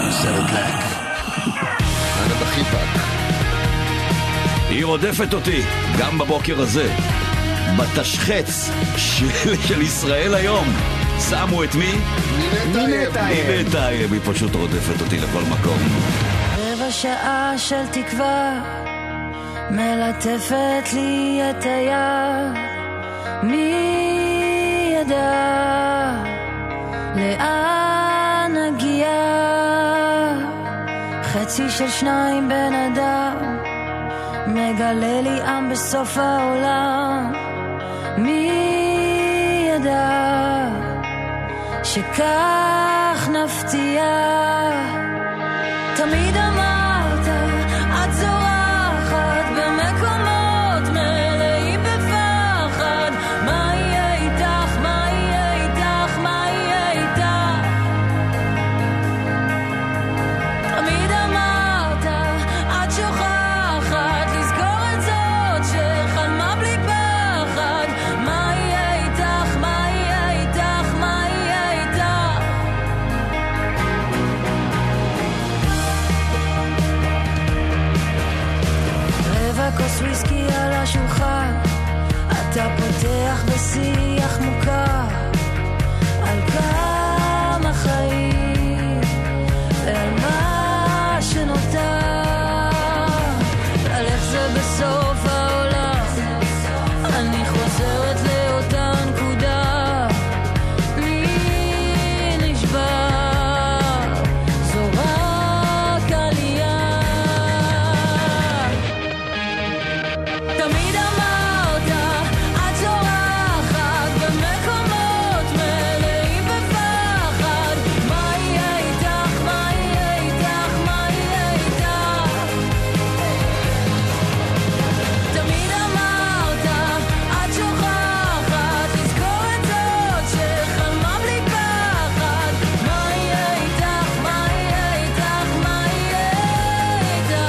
Speaker 4: אני בחיפק.
Speaker 3: היא רודפת אותי, גם בבוקר הזה, בתשחץ של ישראל היום. שמו את מי?
Speaker 5: נינת טייב.
Speaker 3: נינת טייב, היא פשוט רודפת אותי לכל מקום.
Speaker 11: רבע שעה של תקווה, מלטפת לי את היד, מי ידע לאן נגיע, חצי של שניים בן אדם, מגלה לי עם בסוף העולם, מי ידע שכך נפתיע. תמיד אמרת את זורחת במקומות מלאים בפחד, מה יהיה איתך, מה יהיה איתך, מה יהיה איתך. תמיד אמרת את שוכחת לזכור את זאת שחלמה בלי פחד, מה יהיה איתך, מה יהיה איתך, מה יהיה איתך. רבע כוס וויסקי על השולחן, אתה פותח בשיח מוכר על כמה חיים ועל מה שנותר, על איך זה בסוף העולם. אני חוזרת לאותה נקודה, לי נשבר, זו רק עלייה. תמיד אמרת את זורחת במקומות מלאים בפחד, מה יהיה איתך, מה יהיה איתך, מה יהיה איתך. תמיד אמרת את שוכחת לזכור את זאת שחלמה בלי פחד, מה יהיה איתך, מה יהיה איתך, מה יהיה איתך.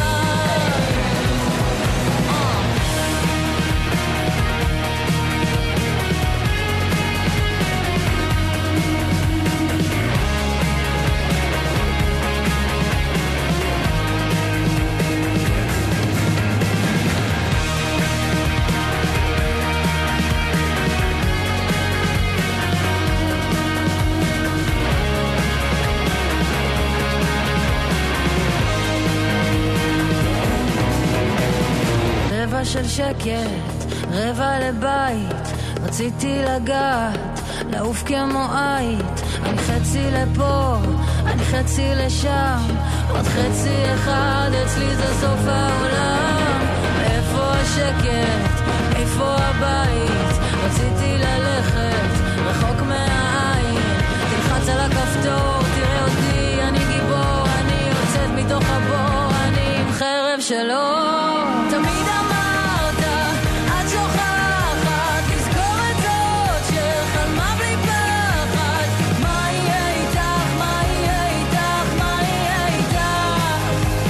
Speaker 11: רבע של שקט, רבע לבית, רציתי לגעת, לעוף כמו עית, אני חצי לפה, אני חצי לשם, עוד חצי אחד, אצלי זה סוף העולם. איפה השקט, איפה הבית, רציתי ללכת, רחוק מהעין, תלחץ על הכפתור, תראה אותי, אני גיבור, אני יוצאת מתוך הבור, אני עם חרב שלו. תמיד אמרת את שוכחת לזכור את זאת שחלמה בלי פחד, מה יהיה איתך, מה יהיה איתך, מה יהיה איתך.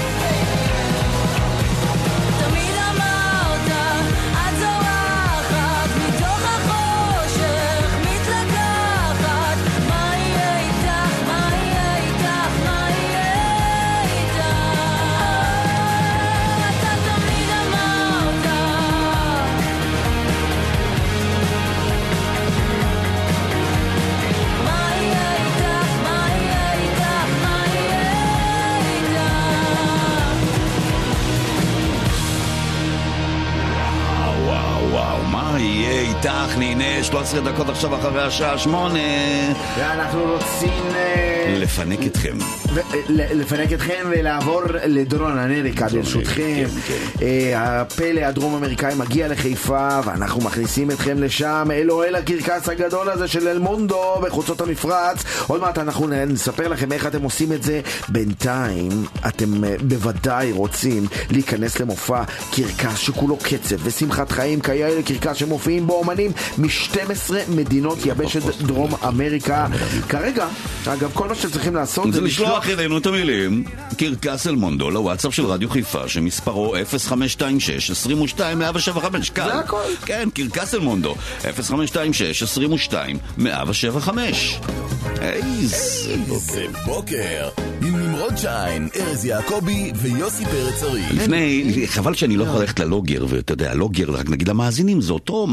Speaker 11: תמיד אמרת את זורחת מתוך החושך, מתלקחת, מה יהיה איתך, מה יהיה איתך, מה יהיה איתך. אתה תמיד אמרת מה יהיה איתך, מה יהיה איתך, מה יהיה איתך.
Speaker 3: וואו וואו, מה יהיה איתך? הנה שלוש עשרה דקות עכשיו אחרי השעה שמונה.
Speaker 5: ואנחנו רוצים אה,
Speaker 3: לפנק אתכם.
Speaker 5: ו- ל- לפנק אתכם ולעבור לדרום אמריקה ברשותכם.
Speaker 3: כן,
Speaker 5: אה, הפלא הדרום אמריקאי מגיע לחיפה ואנחנו מכניסים אתכם לשם אל אוהל הקרקס הגדול הזה של אל מונדו בחוצות המפרץ. עוד מעט אנחנו נספר לכם איך אתם עושים את זה. בינתיים אתם אה, בוודאי רוצים להיכנס למופע קרקס שכולו קצב ושמחת חיים, כאלה קרקס שמופיעים בו אומנים מ-שתים עשרה מדינות יבשת דרום אמריקה. כרגע, אגב, כל מה שצריכים לעשות
Speaker 3: זה לשלוח אלינו את המילים קרקס אל מונדו לוואטסאפ של רדיו חיפה שמספרו אפס חמש שתיים שש עשרים ושתיים מאה שבע חמש.
Speaker 5: זה הכל.
Speaker 3: כן, קרקס אל מונדו אפס חמש שתיים שש עשרים ושתיים מאה שבע חמש. איזה
Speaker 2: זה בוקר עם נמרוד שיין, ארז יעקבי ויוסי פרץ ארי.
Speaker 3: לפני, חבל שאני לא יכול ללכת ללוגר, ואתה יודע, הלוגר, רק נגיד למאזינים, זה אותו מכשיר שבו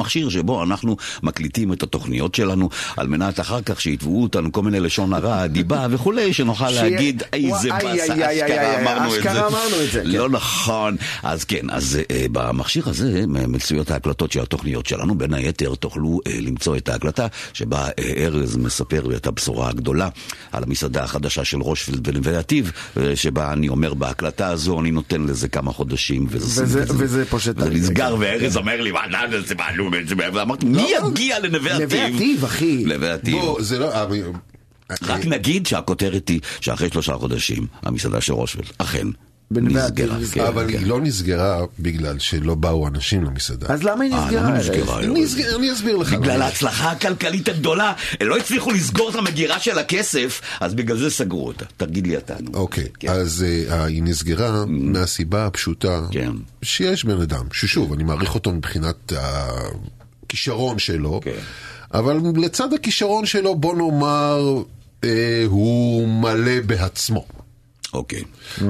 Speaker 3: שבו אנחנו מקליטים את התוכניות שלנו, על מנת אחר כך שיתבעו אותנו כל מיני לשון הרע, דיבה וכולי, שנוכל להגיד, איזה באסה, אשכרה אמרנו את זה. לא נכון. אז כן, אז במכשיר הזה מצויות ההקלטות של התוכניות שלנו, בין היתר תוכלו למצוא את ההקלטה שבה ארז מספר את הבשורה הגדולה על המסעדה החדשה של רושפלד ונווה נתיב, שבה אני אומר בהקלטה הזו, אני נותן לזה כמה חודשים,
Speaker 5: וזה פושט.
Speaker 3: זה נסגר, וארז אומר לי, מה זה מעלום, ואמרתי, מי יגיע לנווה נתיב?
Speaker 5: נווה נתיב, אחי.
Speaker 3: נווה נתיב.
Speaker 4: בוא, זה לא...
Speaker 3: רק נגיד שהכותרת היא שאחרי שלושה חודשים המסעדה של רושפלד אכן נסגרה.
Speaker 4: אבל היא לא נסגרה בגלל שלא באו אנשים למסעדה.
Speaker 5: אז למה היא נסגרה?
Speaker 4: אני אסביר לך.
Speaker 3: בגלל ההצלחה הכלכלית הגדולה, לא הצליחו לסגור את המגירה של הכסף, אז בגלל זה סגרו אותה. תגיד לי אתה.
Speaker 4: אוקיי, אז היא נסגרה מהסיבה הפשוטה שיש בן אדם, ששוב, אני מעריך אותו מבחינת הכישרון שלו, אבל לצד הכישרון שלו, בוא נאמר, הוא מלא בעצמו.
Speaker 3: אוקיי.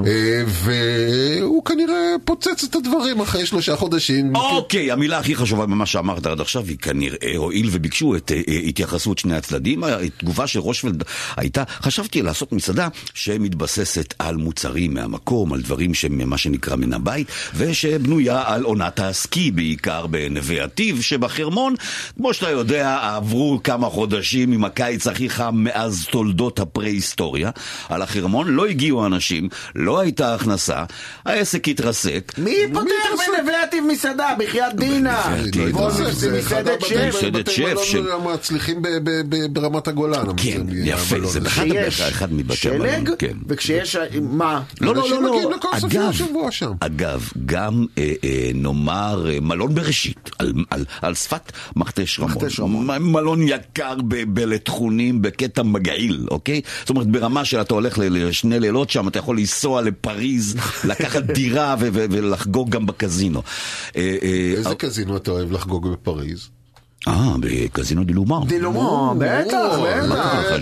Speaker 4: והוא כנראה פוצץ את הדברים אחרי שלושה חודשים.
Speaker 3: אוקיי, המילה הכי חשובה במה שאמרת עד עכשיו היא כנראה, הועיל וביקשו את התייחסות שני הצדדים. התגובה של רושפלד הייתה, חשבתי לעשות מסעדה שמתבססת על מוצרים מהמקום, על דברים שמה שנקרא מן הבית, ושבנויה על עונת הסקי בעיקר בנווה נתיב, שבחרמון, כמו שאתה יודע, עברו כמה חודשים עם הקיץ הכי חם מאז תולדות הפרה-היסטוריה. על החרמון לא הגיעו אנשים, לא הייתה הכנסה, העסק התרסק.
Speaker 5: מי פותח בנווה נתיב מסעדה? בחייאת דינה.
Speaker 4: זה מסעדת שף. מסעדת שף של... מצליחים ברמת הגולן.
Speaker 3: כן, יפה. זה אחד מבתי המלון.
Speaker 5: שלג? וכשיש... מה?
Speaker 3: לא, לא, לא, לא.
Speaker 4: אגב,
Speaker 3: אגב, גם נאמר מלון בראשית, על שפת מכתש רמון. מלון יקר בלתחונים, בקטע מגעיל, אוקיי? זאת אומרת, ברמה של אתה הולך לשני לילות שם, אתה יכול לנסוע לפריז, לקחת דירה ולחגוג גם בקזינו.
Speaker 4: איזה קזינו אתה אוהב לחגוג בפריז?
Speaker 3: אה, בקזינו דלומר.
Speaker 5: דלומר, בטח, בטח.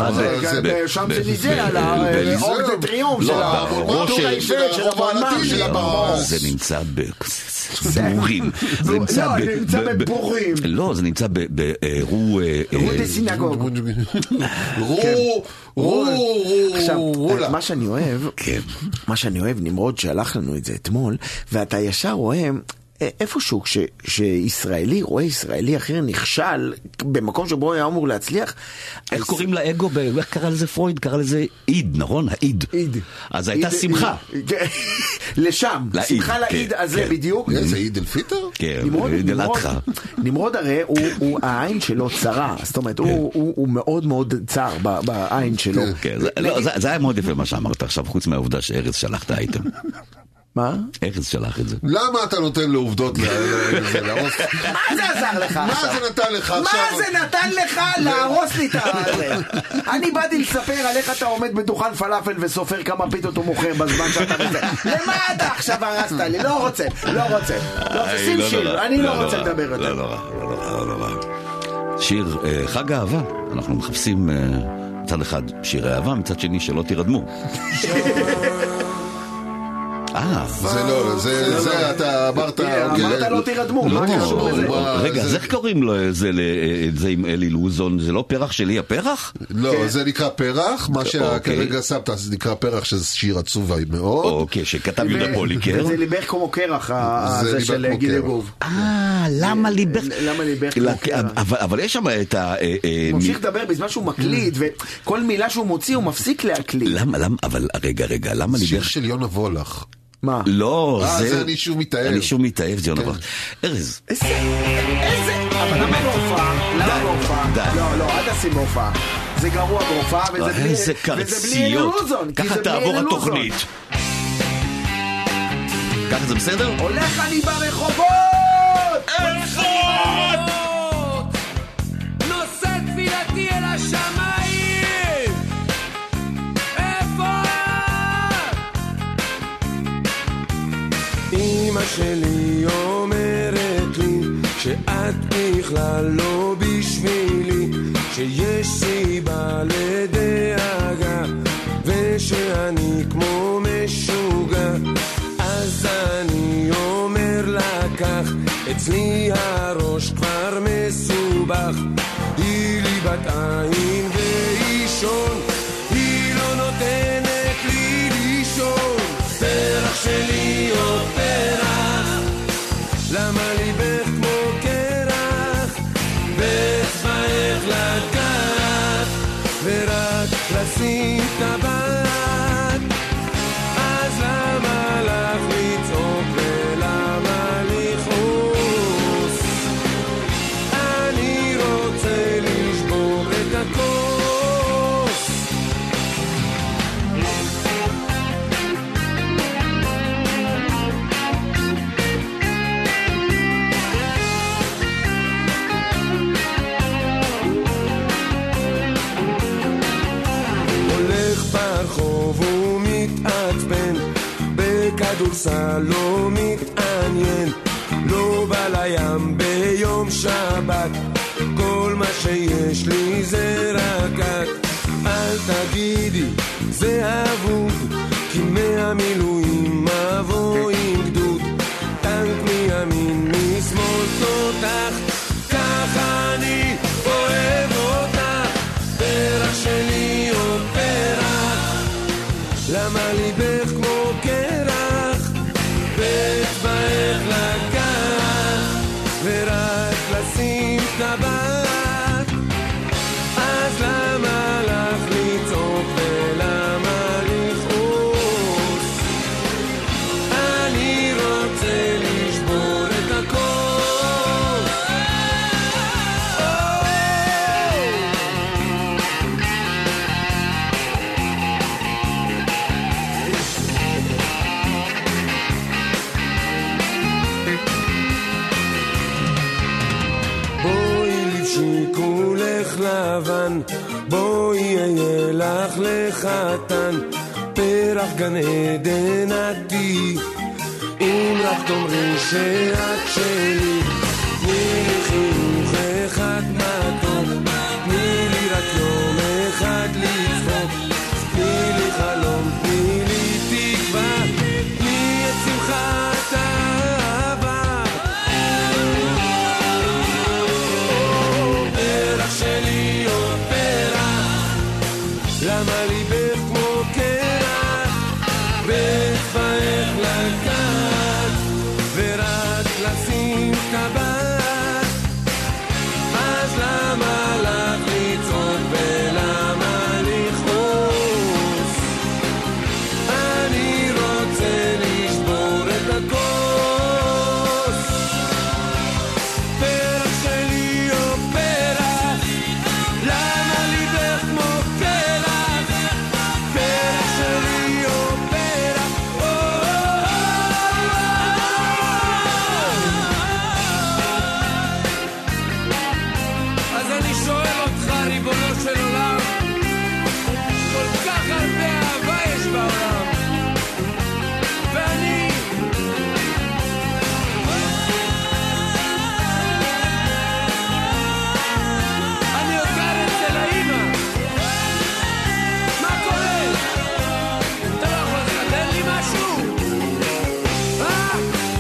Speaker 5: שם זה ניזה על האורק דה טריומף של הטור היפל של המועמר של הברבור.
Speaker 3: זה נמצא בבורים.
Speaker 5: לא, זה נמצא בבורים.
Speaker 3: לא, זה נמצא ברו...
Speaker 5: רו דה סינגוג.
Speaker 4: רו... רו...
Speaker 5: עכשיו, מה שאני אוהב, מה שאני אוהב, נמרוד שהלך לנו את זה אתמול, ואתה ישר רואה... איפשהו כשישראלי רואה ישראלי אחר נכשל במקום שבו היה אמור להצליח.
Speaker 3: איך קוראים לאגו? איך קרא לזה פרויד? קרא לזה איד, נכון? האיד.
Speaker 5: איד.
Speaker 3: אז הייתה שמחה.
Speaker 5: לשם. שמחה לאיד הזה בדיוק.
Speaker 4: זה איד אל פיטר?
Speaker 3: כן, איד אל אדחה.
Speaker 5: נמרוד הרי העין שלו צרה. זאת אומרת, הוא מאוד מאוד צר בעין שלו.
Speaker 3: זה היה מאוד יפה מה שאמרת עכשיו, חוץ מהעובדה שארז שלח את האייטם.
Speaker 5: מה?
Speaker 3: ארז שלח את זה.
Speaker 4: למה אתה נותן לעובדות להרוס?
Speaker 5: מה זה עזר לך עכשיו?
Speaker 4: מה זה נתן לך עכשיו?
Speaker 5: מה זה נתן לך להרוס לי את הזה? אני באתי לספר על איך אתה עומד בדוכן פלאפל וסופר כמה פיתות הוא מוכר בזמן שאתה בזה. למה אתה עכשיו הרסת לי? לא רוצה, לא רוצה. שים שיר, אני לא רוצה לדבר יותר.
Speaker 3: לא, לא, לא, לא, לא. שיר חג האהבה. אנחנו מחפשים מצד אחד שירי אהבה, מצד שני שלא תירדמו.
Speaker 5: אה,
Speaker 4: זה לא, זה אתה אמרת,
Speaker 5: אמרת לא תירדמו, מה קשור לזה?
Speaker 3: רגע, אז איך קוראים לו את זה עם אלי לוזון? זה לא פרח שלי הפרח?
Speaker 4: לא, זה נקרא פרח, מה שכרגע שמת זה נקרא פרח, שזה שיר עצוב מאוד.
Speaker 3: אוקיי, שכתב יהודה פוליקר.
Speaker 5: זה ליבך כמו קרח, זה של גיל גוב.
Speaker 3: אה, למה ליבך?
Speaker 5: למה ליבך כמו קרח?
Speaker 3: אבל יש שם את ה...
Speaker 5: הוא ממשיך לדבר בזמן שהוא מקליט, וכל מילה שהוא מוציא הוא מפסיק להקליט.
Speaker 3: למה, למה, אבל רגע, רגע, למה ליבך?
Speaker 4: שיר של יונה וולך.
Speaker 5: מה?
Speaker 3: לא,
Speaker 4: זה... זה אני שוב מתאהב.
Speaker 3: אני שוב מתאהב, זה יונה וולך. ארז.
Speaker 5: איזה... איזה... אבל למה בהופעה? למה בהופעה? לא, לא, אל תשים בהופעה. זה גרוע בהופעה, וזה בלי...
Speaker 3: איזה קרציות. ככה תעבור התוכנית. ככה זה בסדר?
Speaker 5: הולך אני ברחובות!
Speaker 3: איפה?
Speaker 7: נושא תפילתי אל השמיים! איפה? אמא שלי אומרת לי שאת בכלל לא בשבילי, שיש סיבה לדאגה ושאני כמו משוגע. אז אני אומר לה כך, אצלי הראש כבר לשים טבעת, אז למה לך לצעוק ולמה לכעוס? אני רוצה לשבור את הכוס. הולך ברחוב ומתעצבן, בכדורסל לא מתעניין, לא בא לים ביום שבת, כל מה שיש לי זה רק את. אל תגידי זה אבוד, כי מהמילואים מבוא עם גדוד, טנק מימין משמאל תותח, ככה אני אוהב אותך, פרח שלי או פרח, למה ליבך כמו קרח, ואצבעך לקח, ורק לשים טבעת, אז למה לך לצעוק ולמה לכעוס? אני רוצה לשבור את הכל. בואי לבשי כולך לבן, בואי אהיה לך לחתן, פרח גן עדן עדי, אם רק תאמרי שאת שלי. תני לי חיוך אחד מתוק, תני לי רק יום אחד לצחוק, תני לי חלום, תני לי תקווה, תני את שמחת האהבה. פרח שלי או פרח, למה ליבך כמו קרח, ואצבעך לקחת, ורק לשים טבעת, אז למה לך לצעוק ולמה לכעוס? אני רוצה לשבור את הכוס. פרח שלי או פרח, למה ליבך כמו קרח, פרח שלי או פרח, אז אני שואל אותך, ריבונו של עולם, כל כך הרבה אהבה יש בעולם, ואני אני עוד גר אצל האמא. מה קורה? אתה לא יכול לחדד לי משהו? אה?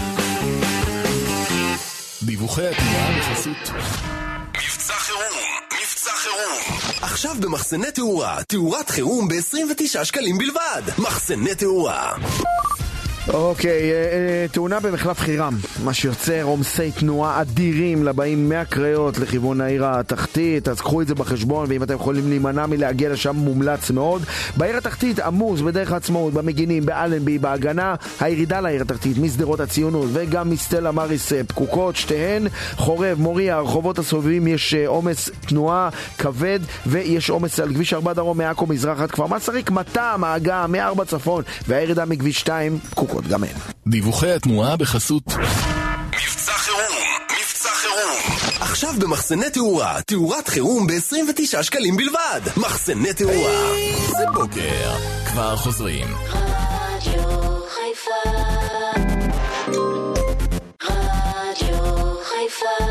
Speaker 2: דיווחי התנועה בחסות
Speaker 8: מבצע חירום, מבצע חירום.
Speaker 2: עכשיו במחסני תאורה, תאורת חירום ב-עשרים ותשעה שקלים בלבד. מחסני תאורה.
Speaker 5: אוקיי, תאונה במחלף חירם, מה שיוצר עומסי תנועה אדירים לבאים מהקריות לכיוון העיר התחתית, אז קחו את זה בחשבון, ואם אתם יכולים להימנע מלהגיע לשם מומלץ מאוד. בעיר התחתית עמוס בדרך העצמאות, במגינים, באלנבי, בהגנה, הירידה לעיר התחתית מסדרות הציונות וגם מסטלה מריס פקוקות, שתיהן חורב, מוריה, הרחובות הסובבים יש עומס תנועה כבד, ויש עומס על כביש ארבע דרום מעכו מזרחת, כפר מסריק, מטה, ההגעה מארבע צפון והירידה מכביש שתיים פקוקות גם הן.
Speaker 2: דיווחי התנועה בחסות
Speaker 8: מבצע חירום, מבצע חירום.
Speaker 2: עכשיו במחסני תאורה, תאורת חירום ב-עשרים ותשעה שקלים בלבד. מחסני תאורה. זה בוקר, כבר חוזרים.
Speaker 6: רדיו חיפה, רדיו חיפה.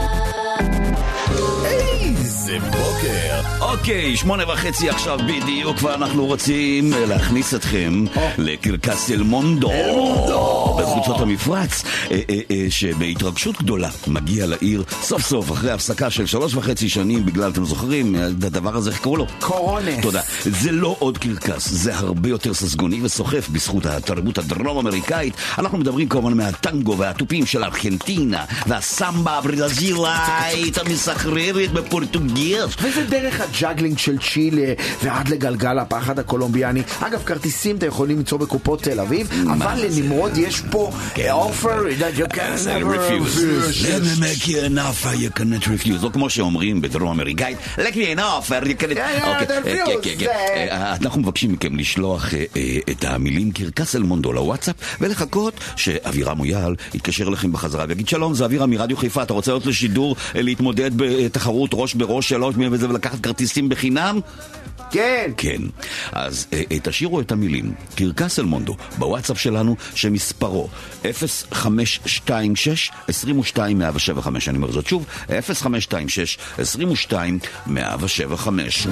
Speaker 2: איזה בוקר.
Speaker 3: אוקיי, שמונה וחצי עכשיו בדיוק, ואנחנו רוצים להכניס אתכם לקרקס אל מונדו בקבוצות המפרץ, שבהתרגשות גדולה מגיע לעיר סוף סוף אחרי הפסקה של שלוש וחצי שנים, בגלל, אתם זוכרים, הדבר הזה, איך קראו לו?
Speaker 5: קורונס.
Speaker 3: תודה. זה לא עוד קרקס, זה הרבה יותר ססגוני וסוחף בזכות התרבות הדרום אמריקאית. אנחנו מדברים כמובן מהטנגו והטופים של ארגנטינה, והסמבה הברזילאית המסחררת בפורטוגזית, דיאס.
Speaker 5: וזה דרך הג'אגלינג של צ'ילה ועד לגלגל הפחד הקולומביאני. אגב, כרטיסים אתה יכולים למצוא בקופות תל אביב, אבל לנמרוד יש פה offer that you can never refuse.
Speaker 3: Let me make you an offer you cannot refuse. לא כמו שאומרים בדרום אמריקאית, let me an offer you cannot... אנחנו מבקשים מכם לשלוח את המילים קרקס אל מונדו לוואטסאפ ולחכות שאווירה מויאל יתקשר לכם בחזרה ויגיד שלום, זה אווירה מרדיו חיפה, אתה רוצה להיות לשידור להתמודד בתחרות ראש בראש שלוש וזה ולקחת כרטיסים בחינם?
Speaker 5: כן.
Speaker 3: כן. אז תשאירו את המילים קרקס אל מונדו בוואטסאפ שלנו שמספרו אפס חמש שתיים שש עשרים ושתיים מאה שבע חמש. אני אומר זאת שוב, אפס חמש שתיים שש עשרים ושתיים מאה שבע חמש.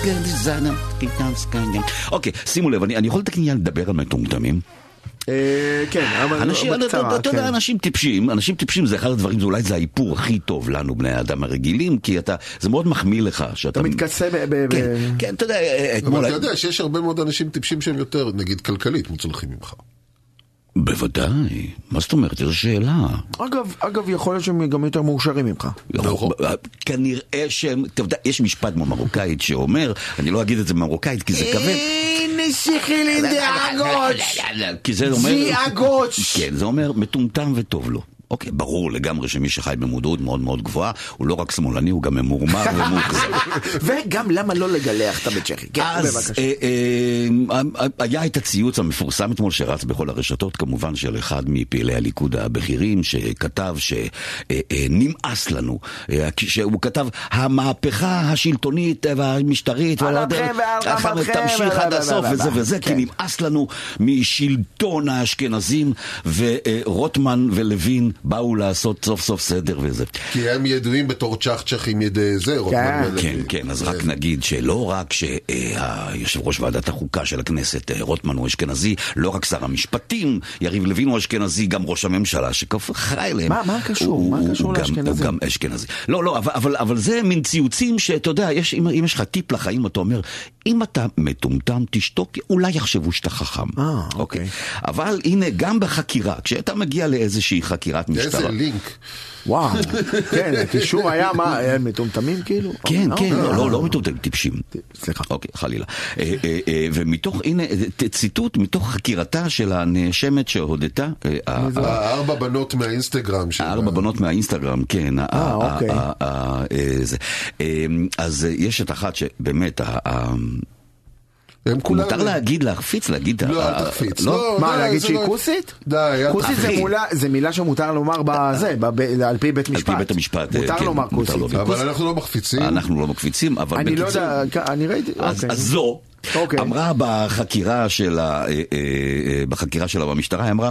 Speaker 3: אוקיי, שימו לב, אני יכול לתקן לדבר על מטומטמים?
Speaker 5: כן, אבל בקצרה.
Speaker 3: אתה יודע, אנשים טיפשים, אנשים טיפשים זה אחד הדברים, אולי זה האיפור הכי טוב לנו, בני האדם הרגילים, כי זה מאוד מחמיא לך.
Speaker 5: אתה מתכסה ב...
Speaker 3: כן, אתה יודע...
Speaker 4: אבל אתה יודע שיש הרבה מאוד אנשים טיפשים שהם יותר, נגיד, כלכלית מוצלחים ממך.
Speaker 3: בוודאי, מה זאת אומרת? זו שאלה.
Speaker 5: אגב, אגב, יכול להיות שהם גם יותר מאושרים ממך.
Speaker 3: כנראה שהם, אתה יודע, יש משפט במרוקאית שאומר, אני לא אגיד את זה במרוקאית כי זה כבד.
Speaker 5: נסיכילין דאגוץ'.
Speaker 3: כי זה אומר...
Speaker 5: דאגוץ'.
Speaker 3: כן, זה אומר מטומטם וטוב לו. אוקיי, ברור לגמרי שמי שחי במודעות מאוד מאוד גבוהה, הוא לא רק שמאלני, הוא גם ממורמר ומוכזב.
Speaker 5: וגם למה לא לגלח את הבצ'כי?
Speaker 3: אז היה את הציוץ המפורסם אתמול שרץ בכל הרשתות, כמובן של אחד מפעילי הליכוד הבכירים, שכתב שנמאס לנו, שהוא כתב, המהפכה השלטונית והמשטרית, תמשיך עד הסוף וזה וזה, כי נמאס לנו משלטון האשכנזים, ורוטמן ולוין באו לעשות סוף סוף סדר וזה.
Speaker 4: כי הם ידועים בתור צ'חצ'ח עם ידי זה, רוטמן ולוין.
Speaker 3: כן, כן, אז רק נגיד שלא רק שהיושב ראש ועדת החוקה של הכנסת, רוטמן הוא אשכנזי, לא רק שר המשפטים, יריב לוין הוא אשכנזי, גם ראש הממשלה שכפרה אליהם.
Speaker 5: מה קשור? מה קשור לאשכנזי?
Speaker 3: הוא גם אשכנזי. לא, לא, אבל זה מין ציוצים שאתה יודע, אם יש לך טיפ לחיים, אתה אומר, אם אתה מטומטם, תשתוק, אולי יחשבו שאתה חכם.
Speaker 5: אה, אוקיי.
Speaker 3: אבל הנה, גם בחקירה, כשאתה מגיע לאיזושהי חקירת משטרה.
Speaker 4: איזה לינק.
Speaker 5: וואו, כן, הקישור היה מה, מטומטמים כאילו?
Speaker 3: כן, כן, לא, לא מטומטמים, טיפשים.
Speaker 5: סליחה.
Speaker 3: אוקיי, חלילה. ומתוך, הנה, ציטוט מתוך חקירתה של הנאשמת שהודתה.
Speaker 4: הארבע בנות מהאינסטגרם.
Speaker 3: הארבע בנות מהאינסטגרם, כן.
Speaker 5: אה, אוקיי.
Speaker 3: אז יש את אחת שבאמת, מותר להגיד, להחפיץ, להגיד...
Speaker 4: לא, אל תחפיץ.
Speaker 5: מה, להגיד שהיא כוסית?
Speaker 4: די,
Speaker 5: כוסית זה מילה שמותר לומר בזה, על פי בית משפט.
Speaker 3: על פי בית המשפט,
Speaker 5: מותר לומר כוסית.
Speaker 4: אבל אנחנו לא מחפיצים.
Speaker 3: אנחנו לא מקפיצים, אבל...
Speaker 5: אני לא יודע, אני ראיתי...
Speaker 3: אז זו, אמרה בחקירה שלה, בחקירה שלה במשטרה, אמרה...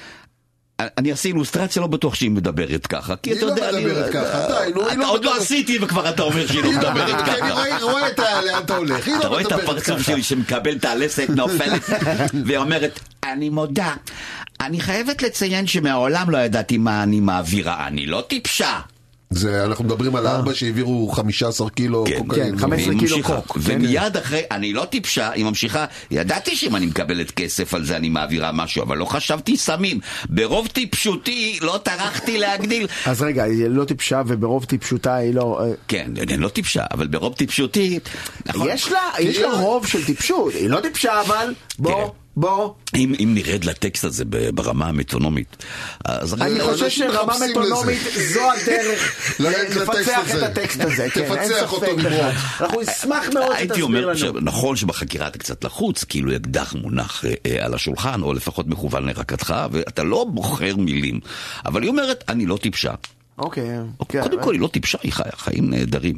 Speaker 3: אני אעשה אילוסטרציה, לא בטוח שהיא מדברת ככה, כי אתה יודע,
Speaker 4: היא לא מדברת ככה, די, נו,
Speaker 3: עוד לא עשיתי וכבר אתה אומר שהיא לא מדברת ככה.
Speaker 4: אני רואה את לאן אתה הולך,
Speaker 3: אתה רואה את הפרצוף שלי שמקבל את הלסת נופלת, והיא אומרת, אני מודה, אני חייבת לציין שמעולם לא ידעתי מה אני מעבירה, אני לא טיפשה.
Speaker 4: זה, אנחנו מדברים על ארבע שהעבירו חמישה עשר קילו קוקאין.
Speaker 5: חמש עשרה קילו קוק.
Speaker 3: ומיד אחרי, אני לא טיפשה, היא ממשיכה, ידעתי שאם אני מקבלת כסף על זה אני מעבירה משהו, אבל לא חשבתי סמים. ברוב טיפשותי לא טרחתי להגדיל.
Speaker 5: אז רגע, היא לא טיפשה וברוב טיפשותה היא לא...
Speaker 3: כן, היא לא טיפשה, אבל ברוב טיפשותי...
Speaker 5: יש לה, יש לה רוב של טיפשות. היא לא טיפשה, אבל בוא... בוא.
Speaker 3: אם, אם נרד לטקסט הזה ברמה המטונומית, אז...
Speaker 5: אני חושב שרמה מטונומית זו הדרך לפצח את הטקסט הזה.
Speaker 4: תפצח אותו נברוק.
Speaker 5: אנחנו נשמח מאוד שתסביר לנו.
Speaker 3: נכון שבחקירה אתה קצת לחוץ, כאילו אקדח מונח על השולחן, או לפחות מכוון לרקתך, ואתה לא בוחר מילים. אבל היא אומרת, אני לא טיפשה.
Speaker 5: אוקיי.
Speaker 3: קודם כל היא לא טיפשה, היא חיה, חיים נהדרים.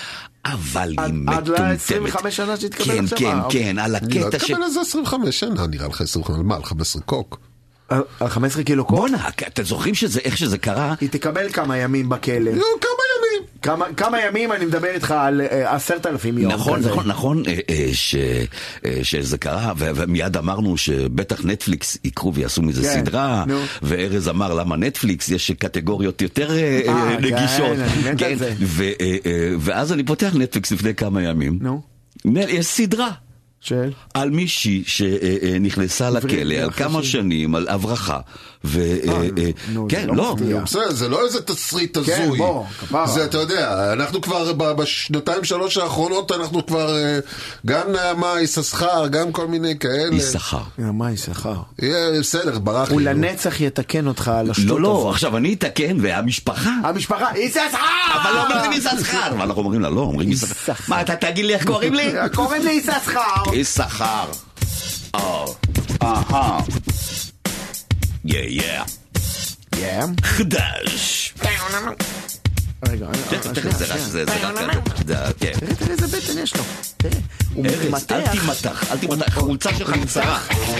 Speaker 3: אבל היא מטומטמת.
Speaker 5: עד ל-עשרים וחמש שנה שהתקבל
Speaker 3: כן,
Speaker 5: עכשיו?
Speaker 3: כן, כן, על הקטע ש...
Speaker 4: היא לא תקבל איזה עשרים וחמש שנה, נראה לך עשרים וחמש, מה, על חמש עשרה קוק?
Speaker 5: על חמש עשרה קילו קוק?
Speaker 3: בונה, אתם זוכרים איך שזה קרה?
Speaker 5: היא תקבל כמה ימים בכלא.
Speaker 4: לא, כמה ימים.
Speaker 5: כמה, כמה ימים אני מדבר איתך על עשרת אלפים יום.
Speaker 3: נכון,
Speaker 5: כזה.
Speaker 3: נכון, נכון, ש, שזה קרה, ומיד אמרנו שבטח נטפליקס יקרו ויעשו מזה כן, סדרה, נו. וארז אמר למה נטפליקס יש קטגוריות יותר 아, נגישות.
Speaker 5: כן,
Speaker 3: כן, ו, ואז אני פותח נטפליקס לפני כמה ימים.
Speaker 5: נו.
Speaker 3: יש סדרה.
Speaker 5: של?
Speaker 3: על מישהי שנכנסה לכלא על כמה שנים, על הברחה. כן, לא.
Speaker 4: זה לא איזה תסריט הזוי. זה, אתה יודע, אנחנו כבר בשנתיים שלוש האחרונות, אנחנו כבר גם נעמה יששכר, גם כל מיני כאלה.
Speaker 3: יששכר.
Speaker 5: נעמה יששכר.
Speaker 4: בסדר, ברח לי.
Speaker 5: הוא לנצח יתקן אותך על השטות.
Speaker 3: לא, לא, עכשיו אני אתקן, והמשפחה.
Speaker 5: המשפחה, יששכר!
Speaker 3: אבל לא אומרים יששכר. אבל אנחנו אומרים לה, לא, אומרים יששכר. מה, אתה תגיד לי איך קוראים לי?
Speaker 5: קוראים לי יששכר.
Speaker 3: יששכר. או, אהה. יא, יא.
Speaker 5: יא?
Speaker 3: חדש.
Speaker 5: רגע,
Speaker 3: תראה, זה רק, זה רק, כן.
Speaker 5: תראה, תראה איזה בטן יש לו. תראה, הוא מתמתח.
Speaker 3: אל תימתח, אל תימתח, חולצה שלך קצרה.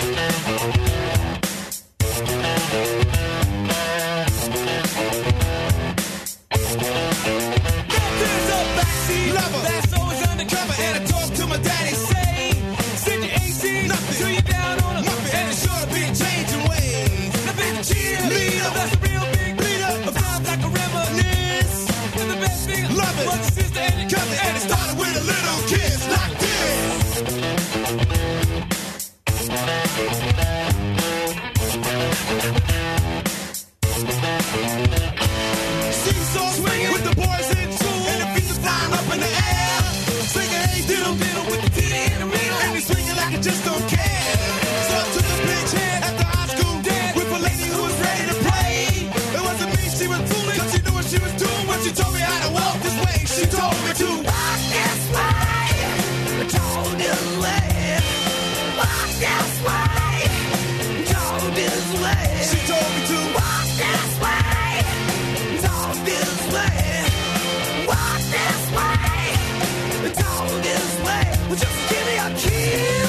Speaker 12: Just don't care. So I took a bitch head at the high school dance with a lady who was ready to play. It wasn't me she was fooling, cause she knew what she was doing. When she told me how to walk this way, she told me to walk this way, talk this way, walk this way, talk this way. She told me to walk this way, talk this way, walk this way, talk this way. Well, just give me a kiss.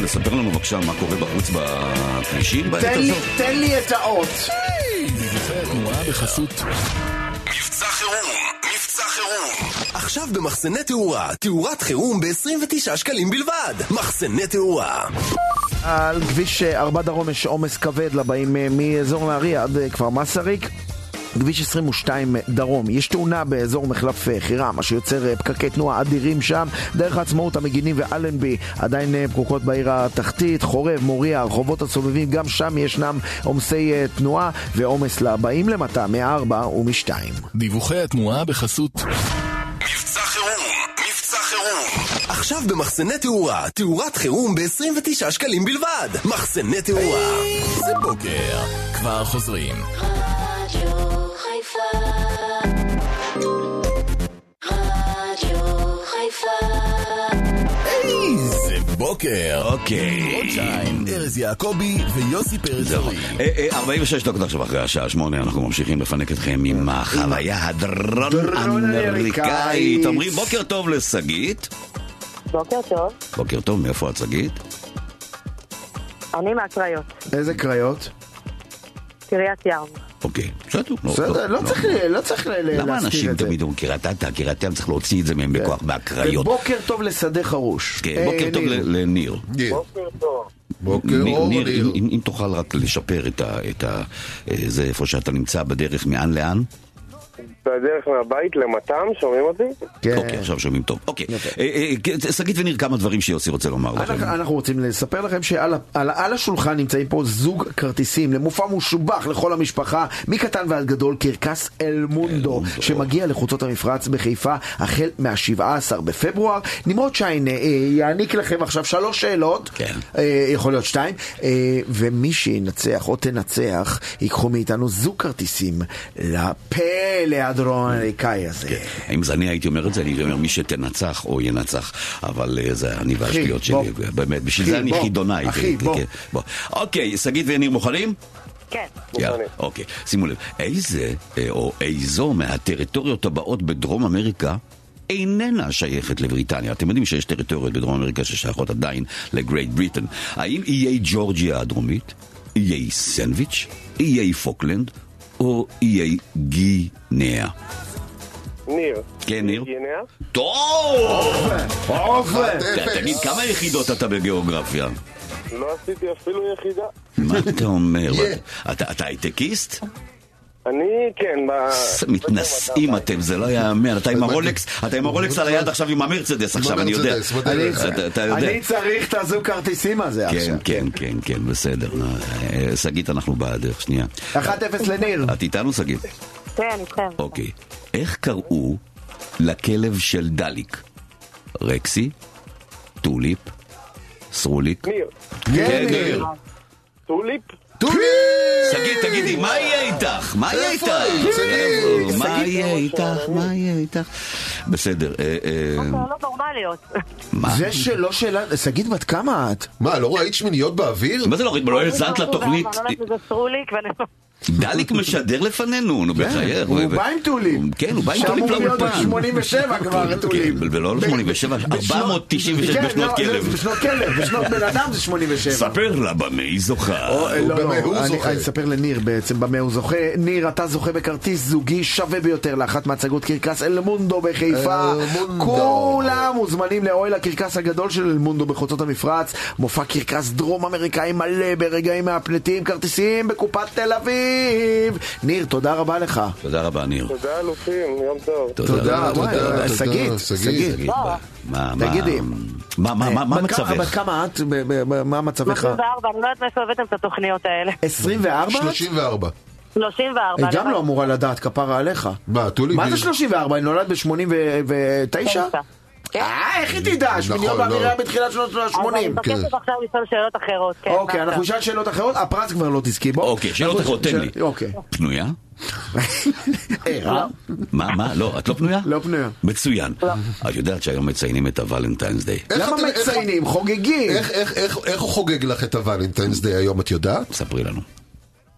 Speaker 3: לירון, לספר לנו בבקשה מה קורה בחוץ בכבישים בעת
Speaker 5: תן לי,
Speaker 3: הזאת.
Speaker 5: תן לי את האות.
Speaker 2: דיווחי התנועה בחסות מבצע חירום, מבצע חירום. עכשיו במחסני תאורה, תאורת חירום ב-עשרים ותשעה שקלים בלבד. מחסני תאורה.
Speaker 5: על כביש ארבע דרום יש עומס כבד לבאים מאזור נהריה עד כפר מסריק. כביש עשרים ושתיים דרום, יש תאונה באזור מחלף חירם, מה שיוצר פקקי תנועה אדירים שם. דרך העצמאות, המגינים ואלנבי עדיין פקוקות בעיר התחתית, חורב, מוריה, הרחובות הסובבים, גם שם ישנם עומסי תנועה ועומס לבאים למטה מארבע ומשתיים.
Speaker 2: דיווחי התנועה בחסות מבצע חירום, מבצע חירום. עכשיו במחסני תאורה, תאורת חירום ב-עשרים ותשעה שקלים בלבד. מחסני תאורה. זה בוקר, כבר חוזרים. איזה בוקר.
Speaker 3: אוקיי.
Speaker 2: רוטשטיין, ארז יעקבי ויוסי פרץ.
Speaker 3: ארבעים ושש דקות עכשיו אחרי השעה שמונה, אנחנו ממשיכים לפנק אתכם עם החוויה הדרון אמריקאית. אומרים בוקר טוב לשגית.
Speaker 10: בוקר טוב.
Speaker 3: בוקר טוב, מאיפה את שגית?
Speaker 10: אני מהקריות.
Speaker 5: איזה קריות?
Speaker 10: קריית ים.
Speaker 3: אוקיי, בסדר.
Speaker 5: בסדר, לא צריך להזכיר את זה.
Speaker 3: למה אנשים תמיד אומרים קריית אתא, קריית ים צריך להוציא את זה מהם בכוח בהקריות.
Speaker 5: בוקר טוב לשדה חרוש.
Speaker 3: כן, בוקר טוב לניר.
Speaker 9: בוקר טוב.
Speaker 4: בוקר אור
Speaker 3: ניר,
Speaker 4: ניר.
Speaker 3: אם תוכל רק לשפר את זה איפה שאתה נמצא בדרך, מאן לאן?
Speaker 9: בדרך מהבית למתם, שומעים אותי?
Speaker 5: כן.
Speaker 3: אוקיי, עכשיו שומעים טוב. אוקיי, שגית וניר, כמה דברים שיוסי רוצה לומר לכם.
Speaker 5: אנחנו רוצים לספר לכם שעל על השולחן נמצאים פה זוג כרטיסים למופע משובח לכל המשפחה, מקטן ועד גדול, קרקס אל מונדו, שמגיע לחוצות המפרץ בחיפה החל מה-שבעה עשר בפברואר. נמרוד שיין יעניק לכם עכשיו שלוש שאלות, יכול להיות שתיים, ומי שינצח או תנצח ייקחו מאיתנו זוג כרטיסים לפלא הדרון האמריקאי הזה.
Speaker 3: אם זה אני הייתי אומר את זה, אני הייתי אומר מי שתנצח או ינצח, אבל זה אני והשטויות שלי, באמת, בשביל זה אני חידונאי.
Speaker 5: אחי, בוא.
Speaker 3: אוקיי, שגית וניר מוכנים?
Speaker 10: כן.
Speaker 3: אוקיי, שימו לב, איזה או איזו מהטריטוריות הבאות בדרום אמריקה איננה שייכת לבריטניה? אתם יודעים שיש טריטוריות בדרום אמריקה ששייכות עדיין לגרייט בריטן. האם איי ג'ורג'יה הדרומית, איי סנדוויץ', איי פוקלנד או איי גינאה?
Speaker 9: ניר.
Speaker 3: כן, ניר.
Speaker 9: גינאה?
Speaker 3: טוב! תגיד, כמה יחידות אתה בגיאוגרפיה?
Speaker 9: לא עשיתי אפילו יחידה.
Speaker 3: מה אתה אומר? אתה הייטקיסט?
Speaker 9: אני, כן.
Speaker 3: מתנסים אתם, זה לא יאמן. אתה עם הרולקס, אתה עם הרולקס על היד עכשיו עם המרצדס עכשיו, אני יודע.
Speaker 5: אני צריך את הזוג כרטיסים הזה עכשיו.
Speaker 3: כן, כן, כן, בסדר. שגית, אנחנו בדרך, שנייה.
Speaker 5: אחת אפס לניר.
Speaker 3: את איתנו, שגית?
Speaker 10: כן, איתכם.
Speaker 3: אוקיי. איך קראו לכלב של דליק? רקסי? טוליפ? סרוליק?
Speaker 9: ניר.
Speaker 3: כן, ניר.
Speaker 9: טוליפ?
Speaker 3: שגית, תגידי, מה יהיה איתך? מה יהיה איתך? מה יהיה איתך? מה יהיה איתך? בסדר.
Speaker 10: לא נורמליות.
Speaker 5: זה שלא שאלה, שגית, בת כמה את?
Speaker 4: מה, לא ראית שמיניות באוויר?
Speaker 3: מה זה לא ראית? לא האזנת לתוכנית?
Speaker 10: אני לא יודעת שזה סרוליק ואני לא...
Speaker 3: דליק משדר לפנינו, נו בחייך.
Speaker 5: הוא בא עם טולים.
Speaker 3: כן, הוא בא עם טולים לאולפן.
Speaker 5: שם הוא להיות ב-שמונים ושבע כבר טולים.
Speaker 3: ולא ל-שמונים ושבע, ארבע מאות תשעים ושש בשנות כלב.
Speaker 5: בשנות כלב, בשנות בן אדם זה שמונים ושבע.
Speaker 3: ספר לה במה היא זוכה.
Speaker 5: לא, לא, אני אספר לניר בעצם במה הוא זוכה. ניר, אתה זוכה בכרטיס זוגי שווה ביותר לאחת מהצגות קרקס אל מונדו בחיפה. כולם מוזמנים לאוהל הקרקס הגדול של אל מונדו בחוצות המפרץ. מופע קרקס דרום אמריקאי מלא ברגעים מהפנטים, כרטיסים בקופת תל אביב. ניר, תודה רבה לך.
Speaker 3: תודה רבה, ניר.
Speaker 9: תודה, אלופים, יום טוב.
Speaker 5: תודה, תודה. שגית, שגית. תגידי,
Speaker 3: מה מצבך?
Speaker 5: בת כמה את? מה מצבך?
Speaker 10: שלושים וארבע, אני לא יודעת מאיפה הבאתם את התוכניות האלה.
Speaker 5: עשרים וארבע?
Speaker 4: שלושים וארבע.
Speaker 10: שלושים וארבע.
Speaker 5: היא גם לא אמורה לדעת, כפרה עליך.
Speaker 4: מה, טולי?
Speaker 5: מה זה שלושים וארבע? היא נולד ב-שמונים ותשע? אה, איך היא תדע? שמיניות באווירה בתחילת שנות ה-שמונים.
Speaker 10: אז אני מבקשת עכשיו לשאול שאלות אחרות.
Speaker 5: אוקיי, אנחנו נשאל שאלות אחרות, הפרס כבר לא תזכי בו.
Speaker 3: אוקיי, שאלות אחרות, תן לי.
Speaker 5: אוקיי.
Speaker 3: פנויה?
Speaker 5: אה,
Speaker 3: מה, מה? לא, את לא פנויה?
Speaker 5: לא פנויה.
Speaker 3: מצוין. את יודעת שהיום מציינים את הוולנטיינס דיי.
Speaker 5: למה מציינים? חוגגים.
Speaker 4: איך הוא חוגג לך את הוולנטיינס דיי היום, את יודעת?
Speaker 3: ספרי לנו.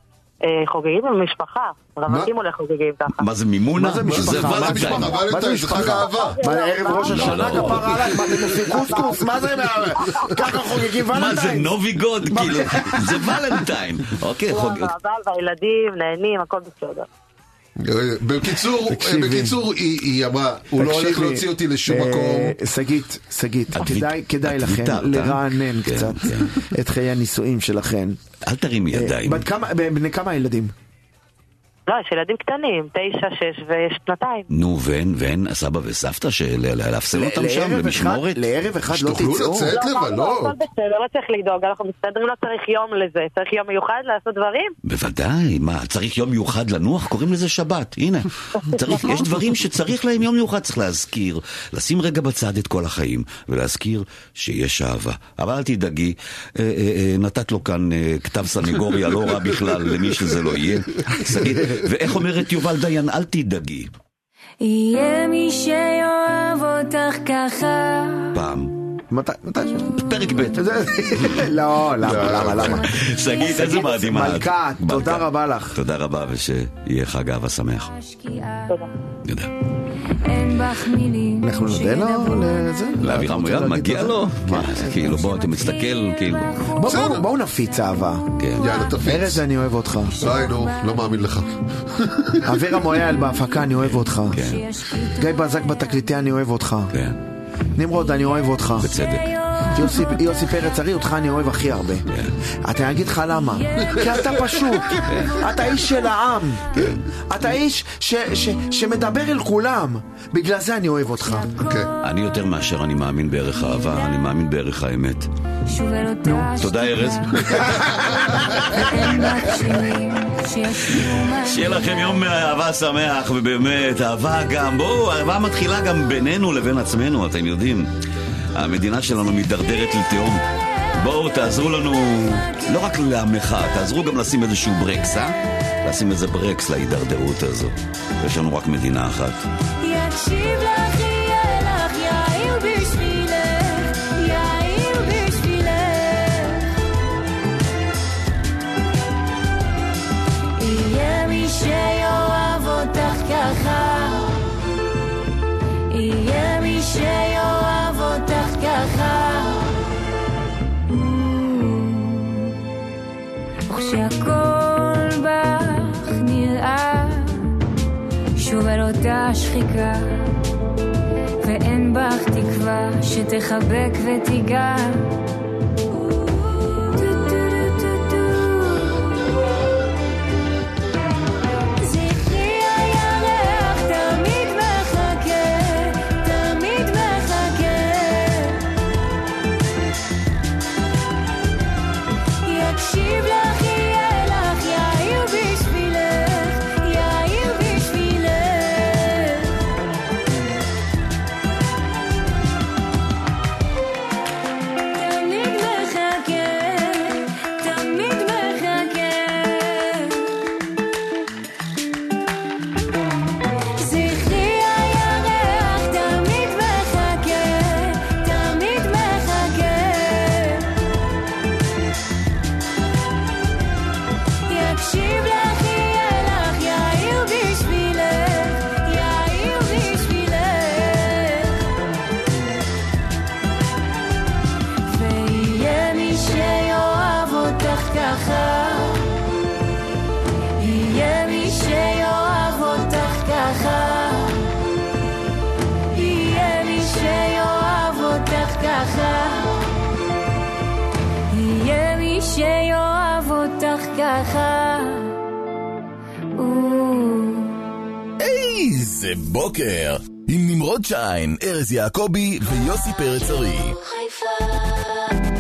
Speaker 10: חוגגים במשפחה. רווקים הולך חוגגים ככה.
Speaker 3: מה זה מימונה?
Speaker 5: מה זה משפחה?
Speaker 4: מה זה משפחה? מה זה משפחה?
Speaker 5: מה ערב ראש השנה כפרה עליך? מה זה עושים קוסקוס? מה זה? ככה חוגגים ולנטיין.
Speaker 3: מה זה נוביגוד? כאילו, זה ולנטיין. אוקיי, חוגג.
Speaker 10: אבל והילדים נהנים, הכל בסדר.
Speaker 4: בקיצור, בקיצור, היא אמרה, הוא לא הולך להוציא אותי לשום מקום.
Speaker 5: שגית, שגית, כדאי לכם לרענן קצת את חיי הנישואים שלכם.
Speaker 3: אל תרימי ידיים.
Speaker 5: בני כמה ילדים?
Speaker 10: לא, יש ילדים קטנים, תשע, שש ושנתיים.
Speaker 3: נו, ואין, ואין הסבא וסבתא להפסל אותם שם, למשמורת?
Speaker 5: לערב אחד לא
Speaker 4: שתוכלו
Speaker 5: תצאו?
Speaker 4: לצאת לבלות.
Speaker 10: לא בסדר, לא צריך לדאוג, אנחנו מסתדרים, לא צריך יום לזה, צריך יום מיוחד לעשות דברים.
Speaker 3: בוודאי, מה, צריך יום מיוחד לנוח? קוראים לזה שבת, הנה. צריך, יש דברים שצריך להם יום מיוחד, צריך להזכיר, לשים רגע בצד את כל החיים, ולהזכיר שיש אהבה. אבל אל תדאגי, אה, אה, אה, נתת לו כאן אה, כתב סנגוריה לא רע בכלל, למי שזה לא יהיה. שגית, ואיך אומרת יובל דיין, אל תדאגי.
Speaker 11: יהיה מי שיואב אותך ככה.
Speaker 3: פעם.
Speaker 5: מתי? מתי?
Speaker 3: פרק ב'.
Speaker 5: לא, למה, למה, למה?
Speaker 3: שגית, איזה מדהימה.
Speaker 5: מלכה, תודה רבה לך.
Speaker 3: תודה רבה, ושיהיה חג אהבה שמח.
Speaker 10: תודה.
Speaker 3: תודה.
Speaker 11: אין בך מילים.
Speaker 5: אנחנו נודה לו לזה?
Speaker 3: לאווירה מויאל, מגיע לו? כאילו, בוא, אתה מסתכל, כאילו.
Speaker 5: בואו נפיץ אהבה.
Speaker 4: יאללה, תפיץ.
Speaker 5: ארז, אני אוהב אותך.
Speaker 4: די, נו, לא מאמין לך.
Speaker 5: אווירה מויאל בהפקה, אני אוהב אותך. גיא בזק בתקליטי, אני אוהב אותך. נמרוד, אני אוהב אותך.
Speaker 3: בצדק.
Speaker 5: יוסי פרץ ארי, אותך אני אוהב הכי הרבה. אתה אגיד לך למה? כי אתה פשוט, אתה איש של העם, אתה איש שמדבר אל כולם, בגלל זה אני אוהב אותך.
Speaker 3: אני יותר מאשר אני מאמין בערך האהבה, אני מאמין בערך האמת. תודה ארז. שיהיה לכם יום אהבה שמח, ובאמת אהבה גם, בואו, אהבה מתחילה גם בינינו לבין עצמנו, אתם יודעים, המדינה שלנו מתדרדרת לתהום. בואו תעזרו לנו לא רק למחאה, תעזרו גם לשים איזשהו ברקס, אה? לשים איזה ברקס להידרדרות הזו. יש לנו רק מדינה אחת.
Speaker 11: יקשיב לך, יהיה לך, יאיר בשבילך, יאיר בשבילך. יהיה מי שיואב אותך ככה, יהיה מי שיואב אותך ככה. וכשהכל בך נראה שוב על אותה שחיקה, ואין בך תקווה שתחבק ותיגע. שיואב אותך ככה.
Speaker 2: איזה בוקר עם נמרוד שיין, ארז יעקבי ויוסי פרץ ארי.
Speaker 6: חיפה